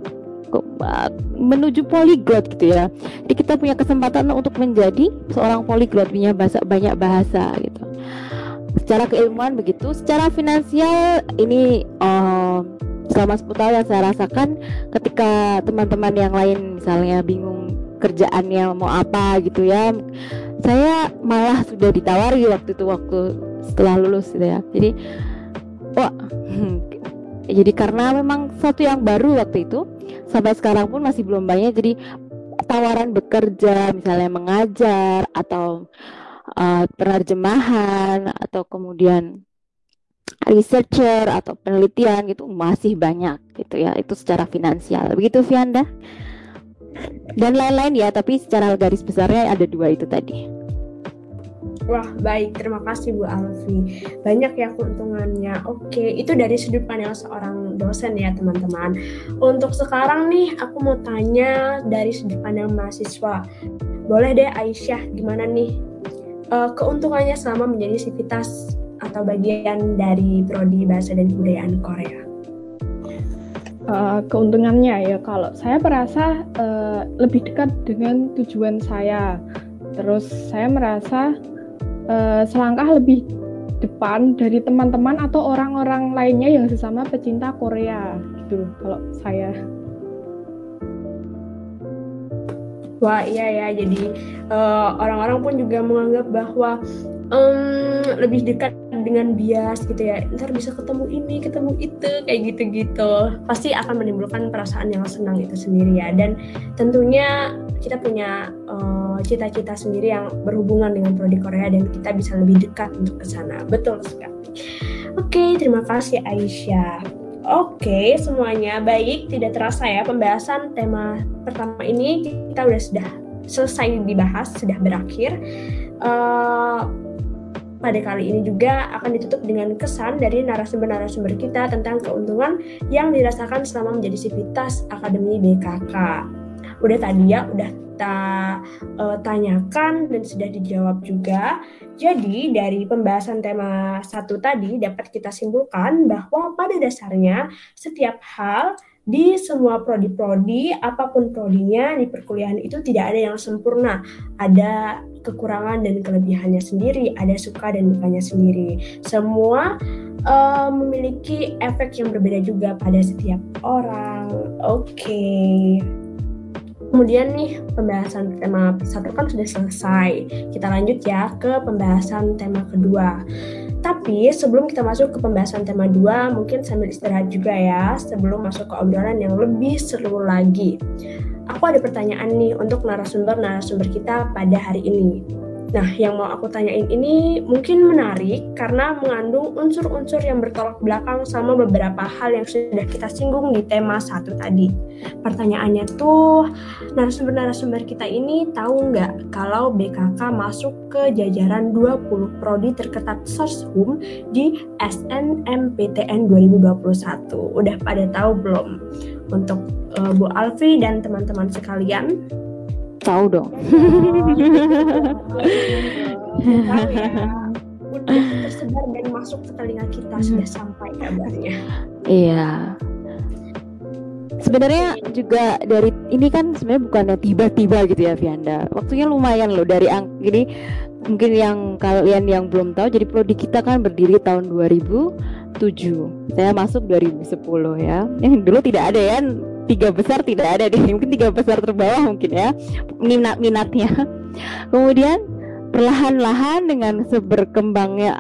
menuju polyglot gitu ya. Jadi kita punya kesempatan untuk menjadi seorang polyglot, punya banyak bahasa gitu. Secara keilmuan begitu, secara finansial ini selama 10 tahun yang saya rasakan, ketika teman-teman yang lain misalnya bingung kerjaannya mau apa gitu ya, saya malah sudah ditawari waktu setelah lulus gitu ya. Jadi karena memang sesuatu yang baru waktu itu, sampai sekarang pun masih belum banyak. Jadi tawaran bekerja misalnya mengajar atau penerjemahan atau kemudian researcher atau penelitian gitu masih banyak gitu ya. Itu secara finansial. Begitu Vianda. Dan lain-lain ya, tapi secara garis besarnya ada 2 itu tadi. Wah, baik. Terima kasih Bu Alfi. Banyak ya keuntungannya. Oke, itu dari sudut pandang seorang dosen ya, teman-teman. Untuk sekarang nih, aku mau tanya dari sudut pandang mahasiswa. Boleh deh Aisyah, gimana nih keuntungannya selama menjadi sivitas atau bagian dari Prodi Bahasa dan Kebudayaan Korea? Keuntungannya ya, kalau saya merasa lebih dekat dengan tujuan saya. Terus saya merasa selangkah lebih depan dari teman-teman atau orang-orang lainnya yang sesama pecinta Korea gitu kalau saya. Wah, iya ya, jadi orang-orang pun juga menganggap bahwa lebih dekat dengan bias gitu ya, ntar bisa ketemu ini, ketemu itu, kayak gitu-gitu. Pasti akan menimbulkan perasaan yang senang itu sendiri ya. Dan tentunya kita punya cita-cita sendiri yang berhubungan dengan Prodi Korea dan kita bisa lebih dekat untuk ke sana. Betul sekali. Oke, terima kasih Aisyah. Oke, semuanya baik. Tidak terasa ya, pembahasan tema pertama ini kita sudah selesai dibahas, sudah berakhir. Pada kali ini juga akan ditutup dengan kesan dari narasumber-narasumber kita tentang keuntungan yang dirasakan selama menjadi sivitas Akademi BKK. Udah tadi ya, udah kita tanyakan dan sudah dijawab juga. Jadi dari pembahasan tema 1 tadi dapat kita simpulkan bahwa pada dasarnya setiap hal di semua prodi-prodi, apapun prodinya di perkuliahan itu tidak ada yang sempurna. Ada kekurangan dan kelebihannya sendiri, ada suka dan dukanya sendiri. Semua memiliki efek yang berbeda juga pada setiap orang. Oke. Kemudian nih, pembahasan tema 1 kan sudah selesai. Kita lanjut ya ke pembahasan tema kedua. Tapi sebelum kita masuk ke pembahasan tema 2, mungkin sambil istirahat juga ya, sebelum masuk ke obrolan yang lebih seru lagi. Aku ada pertanyaan nih untuk narasumber kita pada hari ini. Nah, yang mau aku tanyain ini mungkin menarik karena mengandung unsur-unsur yang bertolak belakang sama beberapa hal yang sudah kita singgung di tema 1 tadi. Pertanyaannya tuh, narasumber kita ini tahu nggak kalau BKK masuk ke jajaran 20 prodi terketat Soshum di SNMPTN 2021? Udah pada tahu belum? Untuk Bu Alfi dan teman-teman sekalian, tahu dong. udah tersebar dan masuk ke telinga kita, sudah sampai kabarnya. Iya. Sebenarnya juga dari ini kan sebenarnya bukannya tiba-tiba gitu ya Vianda. Waktunya lumayan loh dari gini. Mungkin yang kalian yang belum tahu, jadi prodi kita kan berdiri tahun 2007. Saya masuk 2010 ya. Yang dulu tidak ada ya, 3 besar tidak ada deh. Mungkin 3 besar terbawah mungkin ya minatnya. Kemudian perlahan-lahan dengan seberkembangnya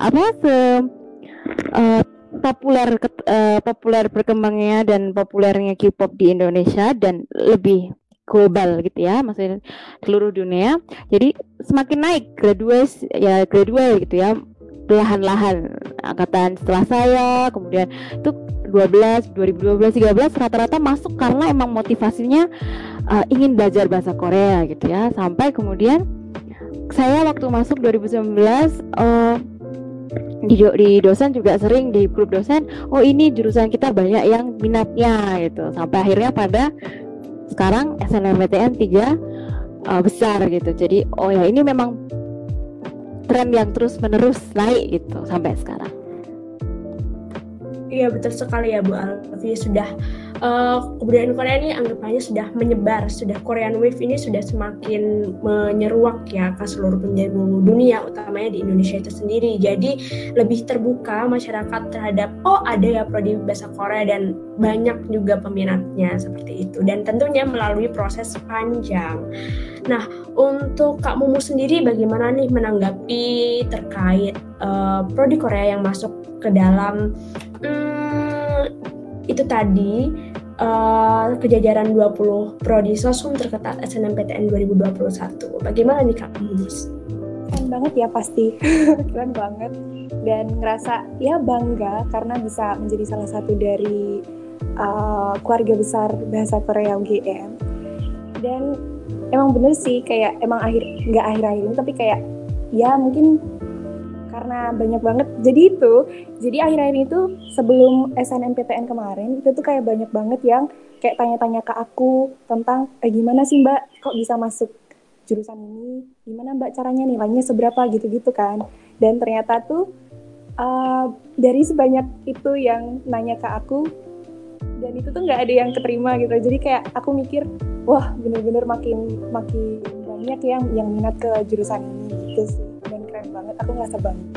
populer berkembangnya dan populernya K-pop di Indonesia dan lebih global gitu ya, maksudnya seluruh dunia. Jadi semakin naik gradual gitu ya, perlahan-lahan. Angkatan setelah saya kemudian itu 2012, 13 rata-rata masuk karena emang motivasinya ingin belajar bahasa Korea gitu ya. Sampai kemudian saya waktu masuk 2019 di dosen juga sering di grup dosen, oh ini jurusan kita banyak yang minatnya gitu. Sampai akhirnya pada sekarang SNMPTN 3 besar gitu. Jadi oh ya ini memang tren yang terus menerus naik gitu sampai sekarang. Iya betul sekali ya Bu Alfi, sudah kebudayaan Korea ini anggapannya sudah menyebar, sudah Korean Wave ini sudah semakin menyeruak ya ke seluruh penjuru dunia, utamanya di Indonesia itu sendiri. Jadi lebih terbuka masyarakat terhadap ada ya prodi bahasa Korea dan banyak juga peminatnya seperti itu. Dan tentunya melalui proses panjang. Nah, untuk Kak Mumu sendiri bagaimana nih menanggapi terkait prodi Korea yang masuk ke dalam itu tadi kejajaran 20 prodi sosum terketat SNMPTN 2021. Bagaimana nih Kak Mumus? Keren banget ya pasti, keren banget. Dan ngerasa ya bangga karena bisa menjadi salah satu dari keluarga besar bahasa Korea UGM. Dan emang bener sih kayak emang nggak akhir-akhir ini tapi kayak ya mungkin karena banyak banget. Jadi akhir-akhir itu sebelum SNMPTN kemarin itu tuh kayak banyak banget yang kayak tanya-tanya ke aku tentang gimana sih Mbak kok bisa masuk jurusan ini, gimana Mbak caranya, nilainya seberapa gitu-gitu kan. Dan ternyata tuh dari sebanyak itu yang nanya ke aku dan itu tuh nggak ada yang keterima gitu. Jadi kayak aku mikir wah bener-bener makin banyak yang minat ke jurusan ini gitu sih. Dan keren banget, aku ngerasa bangga.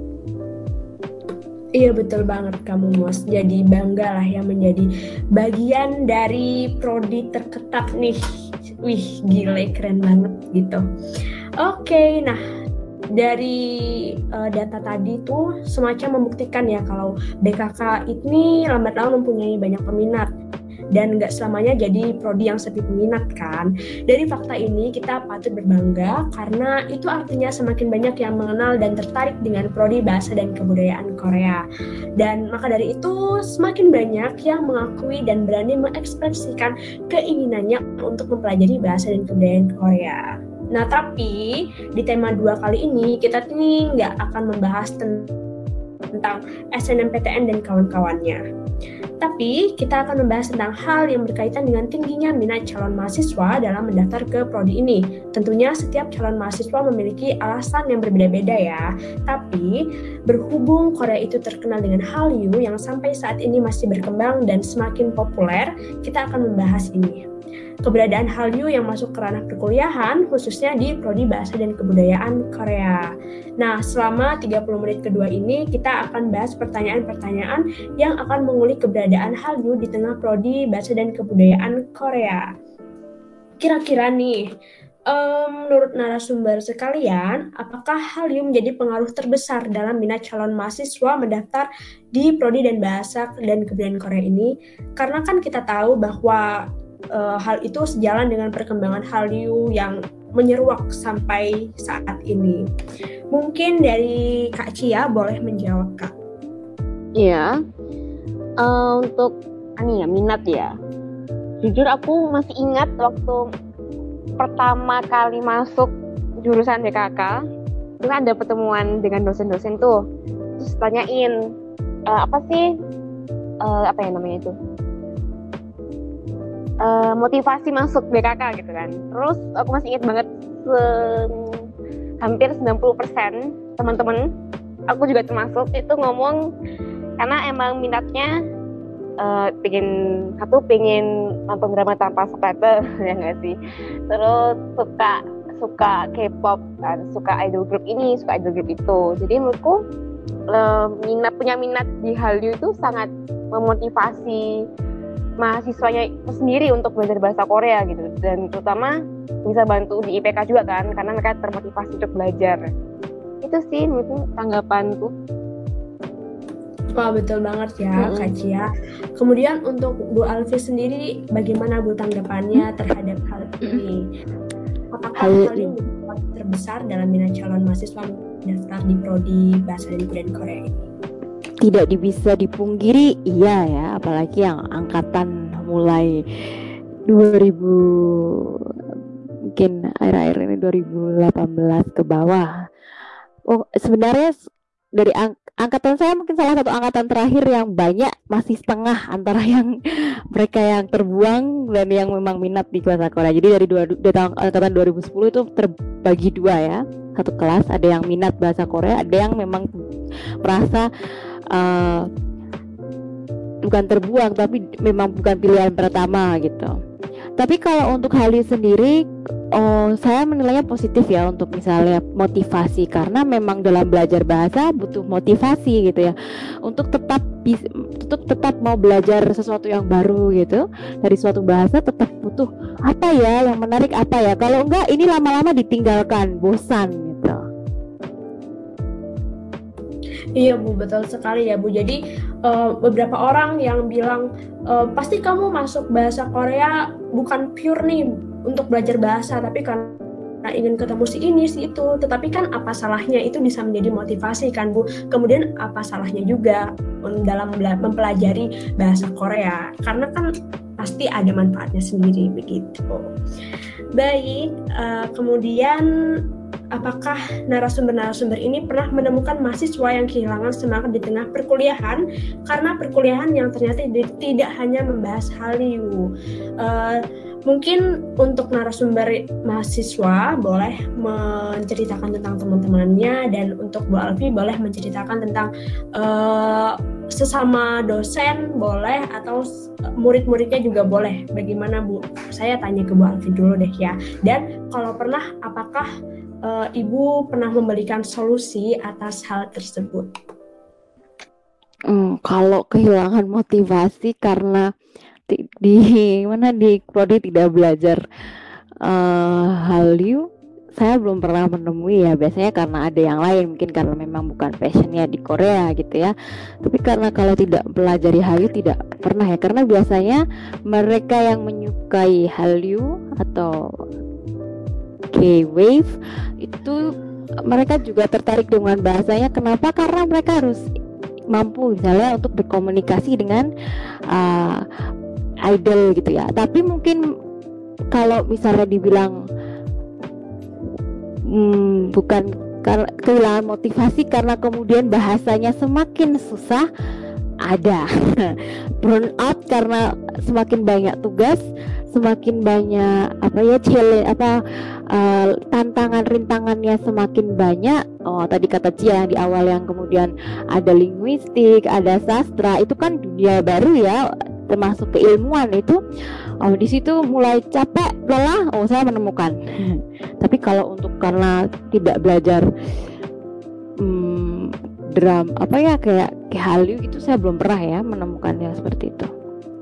Iya betul banget kamu Mos. Jadi bangga lah yang menjadi bagian dari prodi terketat nih. Wih gile keren banget gitu. Oke, nah dari data tadi tuh semacam membuktikan ya kalau BKK ini lambat laun mempunyai banyak peminat. Dan nggak selamanya jadi prodi yang sepi peminat kan. Dari fakta ini kita patut berbangga karena itu artinya semakin banyak yang mengenal dan tertarik dengan prodi bahasa dan kebudayaan Korea. Dan maka dari itu semakin banyak yang mengakui dan berani mengekspresikan keinginannya untuk mempelajari bahasa dan kebudayaan Korea. Nah tapi di tema 2 kali ini kita nih nggak akan membahas tentang SNMPTN dan kawan-kawannya. Tapi kita akan membahas tentang hal yang berkaitan dengan tingginya minat calon mahasiswa dalam mendaftar ke prodi ini. Tentunya setiap calon mahasiswa memiliki alasan yang berbeda-beda ya. Tapi berhubung Korea itu terkenal dengan Hallyu yang sampai saat ini masih berkembang dan semakin populer, kita akan membahas ini. Keberadaan Hallyu yang masuk ke ranah perkuliahan, khususnya di Prodi Bahasa dan Kebudayaan Korea. Nah, selama 30 menit kedua ini, kita akan bahas pertanyaan-pertanyaan yang akan mengulik keberadaan Hallyu di tengah Prodi Bahasa dan Kebudayaan Korea. Kira-kira nih, menurut narasumber sekalian, apakah Hallyu menjadi pengaruh terbesar dalam minat calon mahasiswa mendaftar di Prodi dan Bahasa dan Kebudayaan Korea ini? Karena kan kita tahu bahwa hal itu sejalan dengan perkembangan Hallyu yang menyeruak sampai saat ini. Mungkin dari Kak Cia boleh menjawab Kak. Iya, untuk minat ya. Jujur aku masih ingat waktu pertama kali masuk jurusan BKK, itu kan ada pertemuan dengan dosen-dosen tuh. Terus tanyain apa namanya itu? Motivasi masuk BKK gitu kan. Terus aku masih ingat banget hampir 90% teman-teman aku juga termasuk itu ngomong karena emang minatnya pengen nonton drama tanpa subtitle ya nggak sih, terus suka K-pop kan, suka idol group ini, suka idol group itu. Jadi menurutku punya minat di Hallyu itu sangat memotivasi mahasiswanya itu sendiri untuk belajar bahasa Korea gitu, dan terutama bisa bantu di IPK juga kan, karena mereka termotivasi untuk belajar. Itu sih mungkin tanggapanku. Wah, betul banget ya, Kak Cia. Kemudian untuk Bu Alfi sendiri, bagaimana Bu tanggapannya terhadap hal ini? Apakah hal ini menjadi terbesar dalam minat calon mahasiswa mendaftar di Prodi Bahasa dan Kebudayaan Korea ini? Tidak bisa dipungkiri, iya ya, apalagi yang angkatan mulai 2000, mungkin akhir-akhir ini 2018 ke bawah. Sebenarnya dari angkatan saya mungkin salah satu angkatan terakhir yang banyak masih setengah antara yang mereka yang terbuang dan yang memang minat di bahasa Korea. Jadi dari angkatan 2010 itu terbagi dua ya, satu kelas ada yang minat bahasa Korea, ada yang memang merasa bukan terbuang tapi memang bukan pilihan pertama gitu. Tapi kalau untuk Hallyu sendiri, saya menilainya positif ya untuk misalnya motivasi, karena memang dalam belajar bahasa butuh motivasi gitu ya, untuk tetap mau belajar sesuatu yang baru gitu. Dari suatu bahasa tetap butuh apa ya yang menarik, apa ya, kalau enggak ini lama-lama ditinggalkan, bosan gitu. Iya Bu, betul sekali ya Bu. Jadi beberapa orang yang bilang pasti kamu masuk bahasa Korea bukan pure nih untuk belajar bahasa, tapi karena ingin ketemu si ini si itu. Tetapi kan apa salahnya, itu bisa menjadi motivasi kan Bu. Kemudian apa salahnya juga dalam mempelajari bahasa Korea, karena kan pasti ada manfaatnya sendiri begitu. Baik, kemudian apakah narasumber-narasumber ini pernah menemukan mahasiswa yang kehilangan semangat di tengah perkuliahan karena perkuliahan yang ternyata tidak hanya membahas Hallyu? Mungkin untuk narasumber mahasiswa boleh menceritakan tentang teman-temannya, dan untuk Bu Alfi boleh menceritakan tentang sesama dosen boleh, atau murid-muridnya juga boleh. Bagaimana Bu? Saya tanya ke Bu Alfi dulu deh ya. Dan kalau pernah, apakah Ibu pernah memberikan solusi atas hal tersebut? Kalau kehilangan motivasi karena di Prodi tidak belajar Hallyu, saya belum pernah menemui ya. Biasanya karena ada yang lain, mungkin karena memang bukan passionnya di Korea gitu ya. Tapi karena kalau tidak pelajari Hallyu tidak pernah ya, karena biasanya mereka yang menyukai Hallyu atau K-Wave itu mereka juga tertarik dengan bahasanya. Kenapa? Karena mereka harus mampu misalnya untuk berkomunikasi dengan idol gitu ya. Tapi mungkin kalau misalnya dibilang bukan kehilangan motivasi karena kemudian bahasanya semakin susah, ada burn out karena semakin banyak tugas, semakin banyak tantangan rintangannya semakin banyak. Tadi kata Cia di awal yang kemudian ada linguistik, ada sastra, itu kan dunia baru ya, termasuk keilmuan itu. Di situ mulai capek, lelah, saya menemukan. Tapi kalau untuk karena tidak belajar kayak Hallyu itu, saya belum pernah ya menemukan yang seperti itu.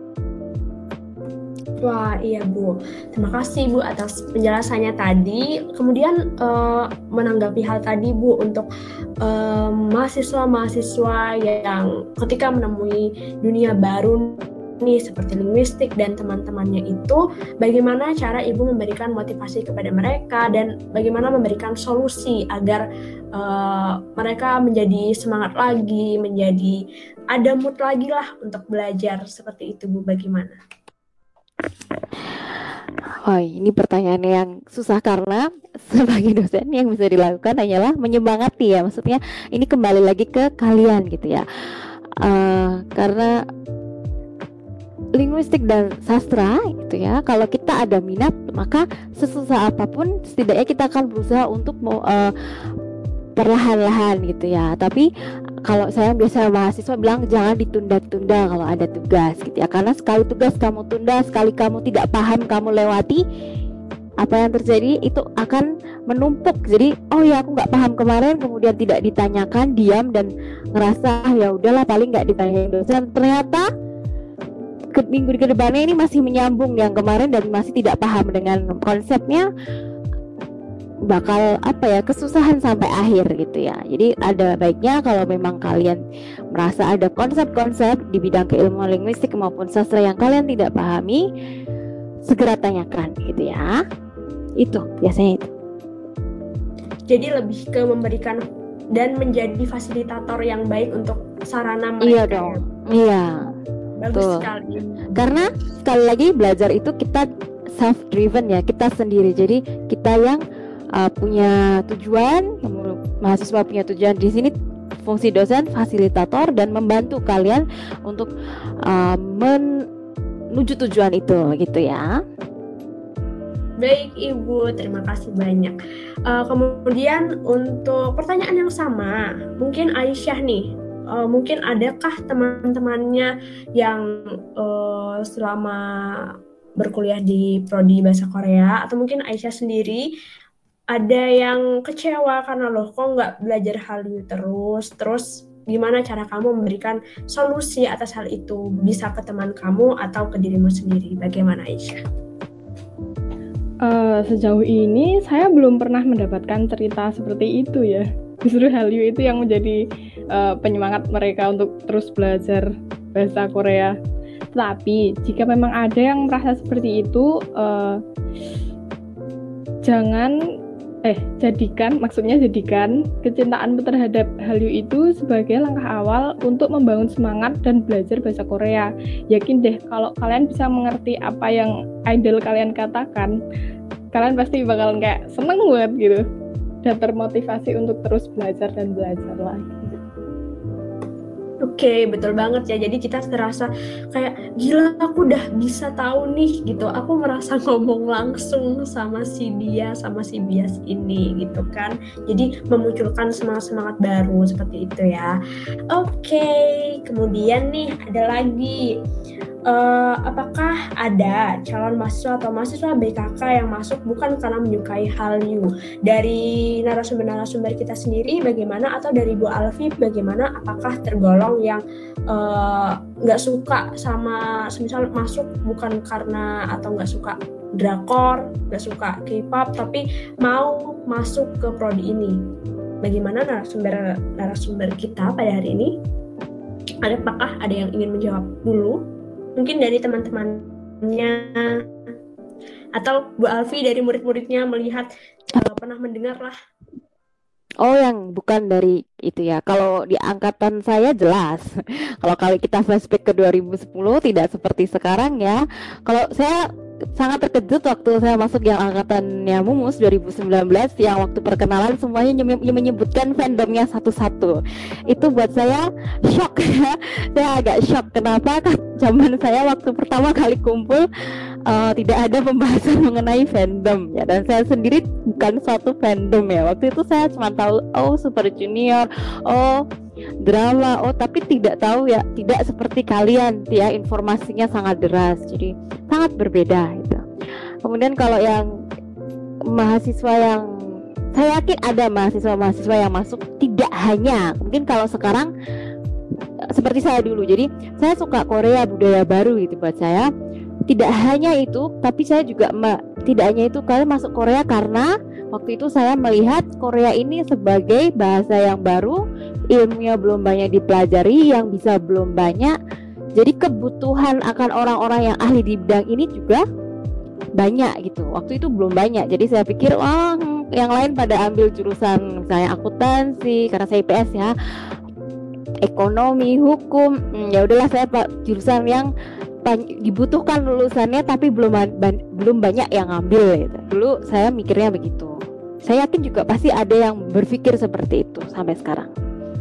Wah, iya Bu. Terima kasih Bu atas penjelasannya tadi. Kemudian menanggapi hal tadi Bu, untuk mahasiswa-mahasiswa yang ketika menemui dunia baru nih seperti linguistik dan teman-temannya itu, bagaimana cara Ibu memberikan motivasi kepada mereka dan bagaimana memberikan solusi agar mereka menjadi semangat lagi, menjadi ada mood lagi lah untuk belajar seperti itu Bu, bagaimana? Ini pertanyaan yang susah, karena sebagai dosen yang bisa dilakukan hanyalah menyemangati ya. Maksudnya ini kembali lagi ke kalian gitu ya. Karena linguistik dan sastra gitu ya, kalau kita ada minat, maka sesusah apapun setidaknya kita akan berusaha untuk perlahan-lahan gitu ya. Tapi kalau saya biasa mahasiswa bilang jangan ditunda-tunda kalau ada tugas gitu ya, karena sekali tugas kamu tunda, sekali kamu tidak paham kamu lewati, apa yang terjadi itu akan menumpuk. Jadi oh ya aku nggak paham kemarin, kemudian tidak ditanyakan, diam dan ngerasa ya udahlah paling nggak ditanyain dosen, ternyata minggu ke depannya ini masih menyambung yang kemarin dan masih tidak paham dengan konsepnya, bakal kesusahan sampai akhir gitu ya. Jadi ada baiknya kalau memang kalian merasa ada konsep-konsep di bidang keilmuan linguistik maupun sastra yang kalian tidak pahami, segera tanyakan gitu ya. Itu biasanya itu. Jadi lebih ke memberikan dan menjadi fasilitator yang baik untuk sarana mereka. Iya dong. Iya. Bagus sekali. Karena sekali lagi belajar itu kita self driven ya, kita sendiri. Jadi kita yang punya tujuan, mahasiswa punya tujuan. Di sini fungsi dosen fasilitator dan membantu kalian untuk menuju tujuan itu gitu ya. Baik Ibu, terima kasih banyak. Kemudian untuk pertanyaan yang sama, mungkin Aisyah nih, mungkin adakah teman-temannya yang selama berkuliah di Prodi Bahasa Korea, atau mungkin Aisyah sendiri ada yang kecewa karena loh kok nggak belajar Hallyu terus gimana cara kamu memberikan solusi atas hal itu, bisa ke teman kamu atau ke dirimu sendiri, bagaimana Aisyah? Sejauh ini saya belum pernah mendapatkan cerita seperti itu ya. Justru Hallyu itu yang menjadi penyemangat mereka untuk terus belajar bahasa Korea. Tapi jika memang ada yang merasa seperti itu, jadikan kecintaanmu terhadap Hallyu itu sebagai langkah awal untuk membangun semangat dan belajar bahasa Korea. Yakin deh kalau kalian bisa mengerti apa yang idol kalian katakan, kalian pasti bakalan kayak seneng banget gitu dan termotivasi untuk terus belajar dan belajar lagi. Oke, betul banget ya. Jadi kita terasa kayak gila, aku udah bisa tahu nih gitu. Aku merasa ngomong langsung sama si dia, sama si bias ini gitu kan. Jadi memunculkan semangat-semangat baru seperti itu ya. Oke, kemudian nih ada lagi. Apakah ada calon mahasiswa atau mahasiswa BKK yang masuk bukan karena menyukai Hallyu? Dari narasumber-narasumber kita sendiri bagaimana, atau dari Bu Alfi bagaimana? Apakah tergolong yang nggak suka sama, semisal masuk bukan karena atau nggak suka drakor, nggak suka K-pop, tapi mau masuk ke prodi ini? Bagaimana narasumber kita pada hari ini? Apakah ada yang ingin menjawab dulu? Mungkin dari teman-temannya, atau Bu Alfi dari murid-muridnya melihat, pernah mendengar lah. Oh, yang bukan dari itu ya. Kalau di angkatan saya jelas. Kalau kita flashback ke 2010 tidak seperti sekarang ya. Kalau saya sangat terkejut waktu saya masuk yang angkatannya Mumus 2019, yang waktu perkenalan semuanya menyebutkan fandomnya satu-satu. Itu buat saya shock ya. Saya agak shock. Kenapa? Kan zaman saya waktu pertama kali kumpul tidak ada pembahasan mengenai fandom ya, dan saya sendiri bukan suatu fandom ya. Waktu itu saya cuma tahu Super Junior, drama, tapi tidak tahu ya, tidak seperti kalian ya, informasinya sangat deras, jadi sangat berbeda gitu. Kemudian kalau yang mahasiswa yang, saya yakin ada mahasiswa yang masuk tidak hanya, mungkin kalau sekarang seperti saya dulu, jadi saya suka Korea, budaya baru gitu buat saya. Tidak hanya itu, tapi saya juga tidak hanya itu, kalian masuk Korea karena waktu itu saya melihat Korea ini sebagai bahasa yang baru, ilmunya belum banyak dipelajari, yang bisa belum banyak. Jadi kebutuhan akan orang-orang yang ahli di bidang ini juga banyak gitu. Waktu itu belum banyak. Jadi saya pikir yang lain pada ambil jurusan misalnya akuntansi, karena saya IPS ya, ekonomi, hukum. Ya udahlah, saya jurusan yang dibutuhkan lulusannya tapi belum banyak yang ngambil gitu. Dulu saya mikirnya begitu. Saya yakin juga pasti ada yang berpikir seperti itu sampai sekarang.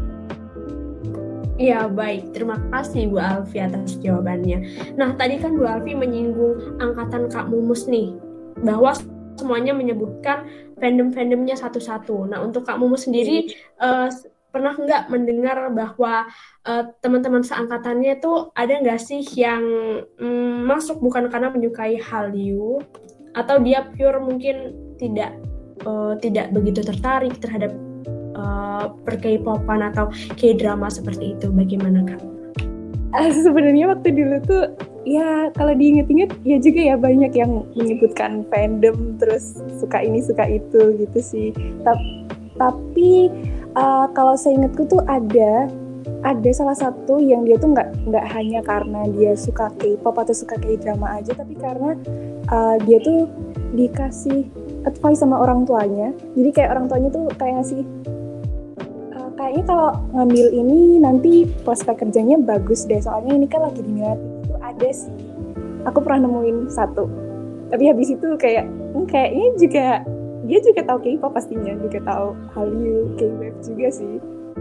Iya, baik. Terima kasih Bu Alfi atas jawabannya. Nah, tadi kan Bu Alfi menyinggung angkatan Kak Mumus nih, bahwa semuanya menyebutkan fandom-fandomnya satu-satu. Nah, untuk Kak Mumu sendiri pernah nggak mendengar bahwa teman-teman seangkatannya itu ada nggak sih yang masuk bukan karena menyukai Hallyu, atau dia pure mungkin tidak begitu tertarik terhadap per-K-popan atau K-drama seperti itu? Bagaimana Kak? Sebenarnya waktu dulu tuh ya kalau diinget-inget ya juga ya banyak yang menyebutkan fandom terus suka ini suka itu gitu sih. Tapi kalau seingatku tuh ada salah satu yang dia tuh nggak hanya karena dia suka K-pop atau suka K-drama aja, tapi karena dia tuh dikasih advice sama orang tuanya. Jadi kayak orang tuanya tuh kayak ngasih kayaknya kalau ngambil ini nanti prospek kerjanya bagus deh, soalnya ini kan lagi diminati. Itu ada sih, aku pernah nemuin satu, tapi habis itu kayaknya juga dia juga tahu K-pop pastinya, juga tahu Hallyu, K-wave juga sih.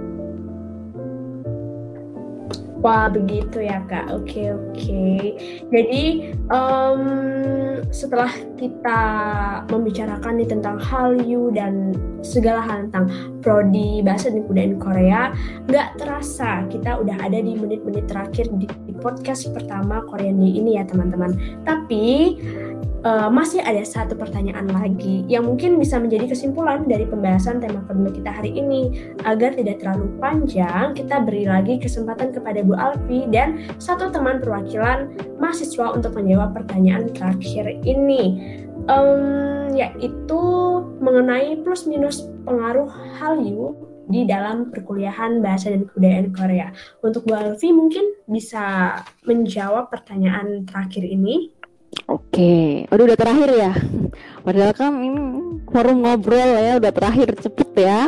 Wah, begitu ya Kak. Oke. Jadi setelah kita membicarakan nih tentang Hallyu dan segala hal tentang prodi bahasa dan kebudayaan Korea, nggak terasa kita udah ada di menit-menit terakhir di podcast pertama Korean Day ini ya teman-teman. Tapi masih ada satu pertanyaan lagi yang mungkin bisa menjadi kesimpulan dari pembahasan tema kedua kita hari ini. Agar tidak terlalu panjang, kita beri lagi kesempatan kepada Bu Alfi dan satu teman perwakilan mahasiswa untuk menjawab pertanyaan terakhir ini, yaitu mengenai plus minus pengaruh Hallyu di dalam perkuliahan bahasa dan kebudayaan Korea. Untuk Bu Alfi mungkin bisa menjawab pertanyaan terakhir ini. Oke, udah terakhir ya. Padahal kan ini forum ngobrol ya, udah terakhir, cepet ya.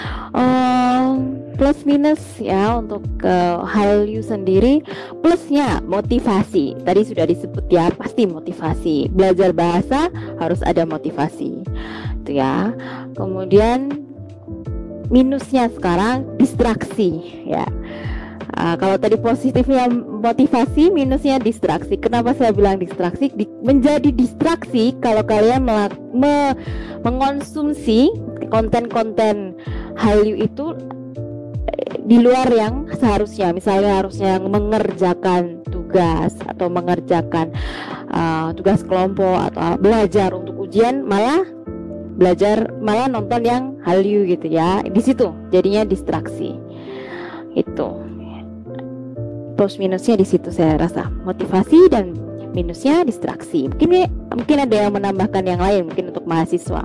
Plus minus ya untuk Hallyu sendiri. Plusnya motivasi. Tadi sudah disebut ya, pasti motivasi. Belajar bahasa harus ada motivasi, itu ya. Kemudian minusnya sekarang distraksi ya. Kalau tadi positifnya motivasi, minusnya distraksi. Kenapa saya bilang distraksi? Menjadi distraksi kalau kalian mengonsumsi konten-konten Hallyu itu di luar yang seharusnya. Misalnya harusnya mengerjakan tugas atau mengerjakan tugas kelompok atau belajar untuk ujian, malah nonton yang Hallyu gitu ya. Di situ jadinya distraksi. Itu. Plus minusnya di situ saya rasa, motivasi dan minusnya distraksi. Mungkin ada yang menambahkan yang lain mungkin untuk mahasiswa.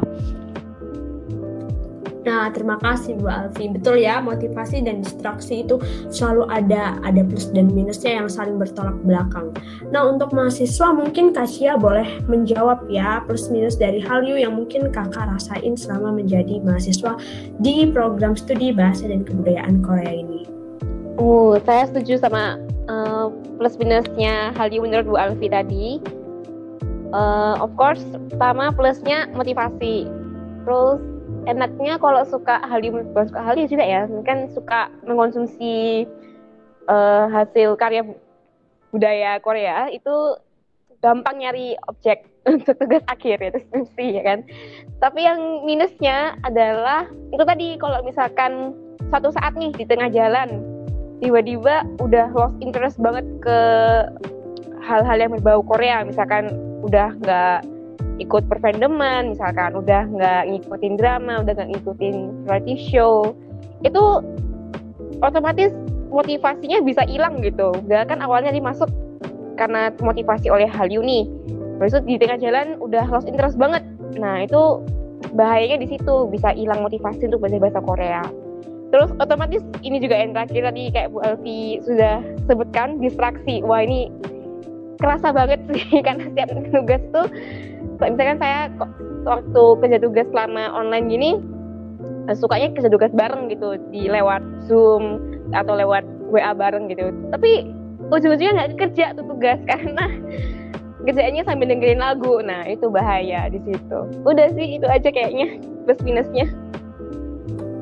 Nah, terima kasih Bu Alfi. Betul ya, motivasi dan distraksi itu selalu ada plus dan minusnya yang saling bertolak belakang. Nah, untuk mahasiswa mungkin Kak Cia boleh menjawab ya plus minus dari Hallyu yang mungkin Kakak rasain selama menjadi mahasiswa di program studi bahasa dan kebudayaan Korea ini. Saya setuju sama plus minusnya Hallyu menurut Bu Alfi tadi. Of course, pertama plusnya motivasi. Terus enaknya kalau suka Hallyu, bukan suka Hallyu juga ya, kan suka mengkonsumsi hasil karya budaya Korea, itu gampang nyari objek untuk tugas akhir, ya, skripsi ya kan. Tapi yang minusnya adalah itu tadi, kalau misalkan suatu saat nih di tengah jalan tiba-tiba udah lost interest banget ke hal-hal yang berbau Korea, misalkan udah nggak ikut perfandoman, misalkan udah nggak ngikutin drama, udah nggak ngikutin variety show, itu otomatis motivasinya bisa hilang gitu. Gak kan awalnya dimasuk karena motivasi oleh Hallyu nih, terus di tengah jalan udah lost interest banget. Nah itu bahayanya di situ, bisa hilang motivasi untuk belajar bahasa Korea. Terus otomatis ini juga yang terakhir tadi kayak Bu Alfi sudah sebutkan, distraksi. Wah ini kerasa banget sih karena setiap tugas tuh, misalkan saya waktu kerja tugas selama online gini sukanya kerja tugas bareng gitu, di lewat Zoom atau lewat WA bareng gitu. Tapi ujung-ujungnya nggak kerja tuh tugas karena kerjaannya sambil dengerin lagu. Nah itu bahaya di situ. Udah sih itu aja kayaknya plus minusnya.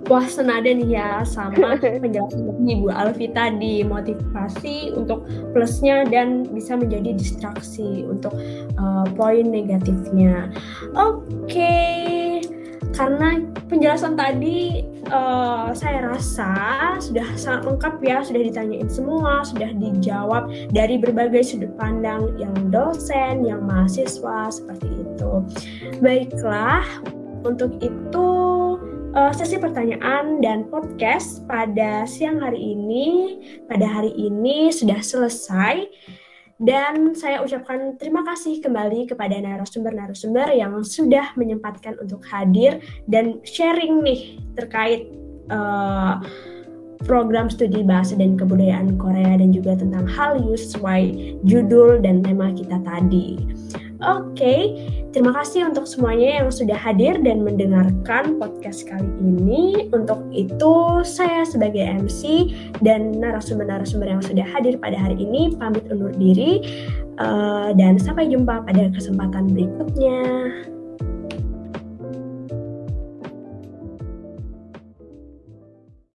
Wah, senada nih ya sama penjelasan Ibu Alfi tadi, motivasi untuk plusnya dan bisa menjadi distraksi untuk poin negatifnya. Oke, karena penjelasan tadi saya rasa sudah sangat lengkap ya, sudah ditanyain semua, sudah dijawab dari berbagai sudut pandang yang dosen, yang mahasiswa, seperti itu. Baiklah, untuk itu sesi pertanyaan dan podcast pada siang hari ini, pada hari ini sudah selesai. Dan saya ucapkan terima kasih kembali kepada narasumber-narasumber yang sudah menyempatkan untuk hadir dan sharing nih terkait program studi bahasa dan kebudayaan Korea dan juga tentang hallyu sesuai judul dan tema kita tadi. Oke, terima kasih untuk semuanya yang sudah hadir dan mendengarkan podcast kali ini. Untuk itu, saya sebagai MC dan narasumber-narasumber yang sudah hadir pada hari ini pamit undur diri dan sampai jumpa pada kesempatan berikutnya.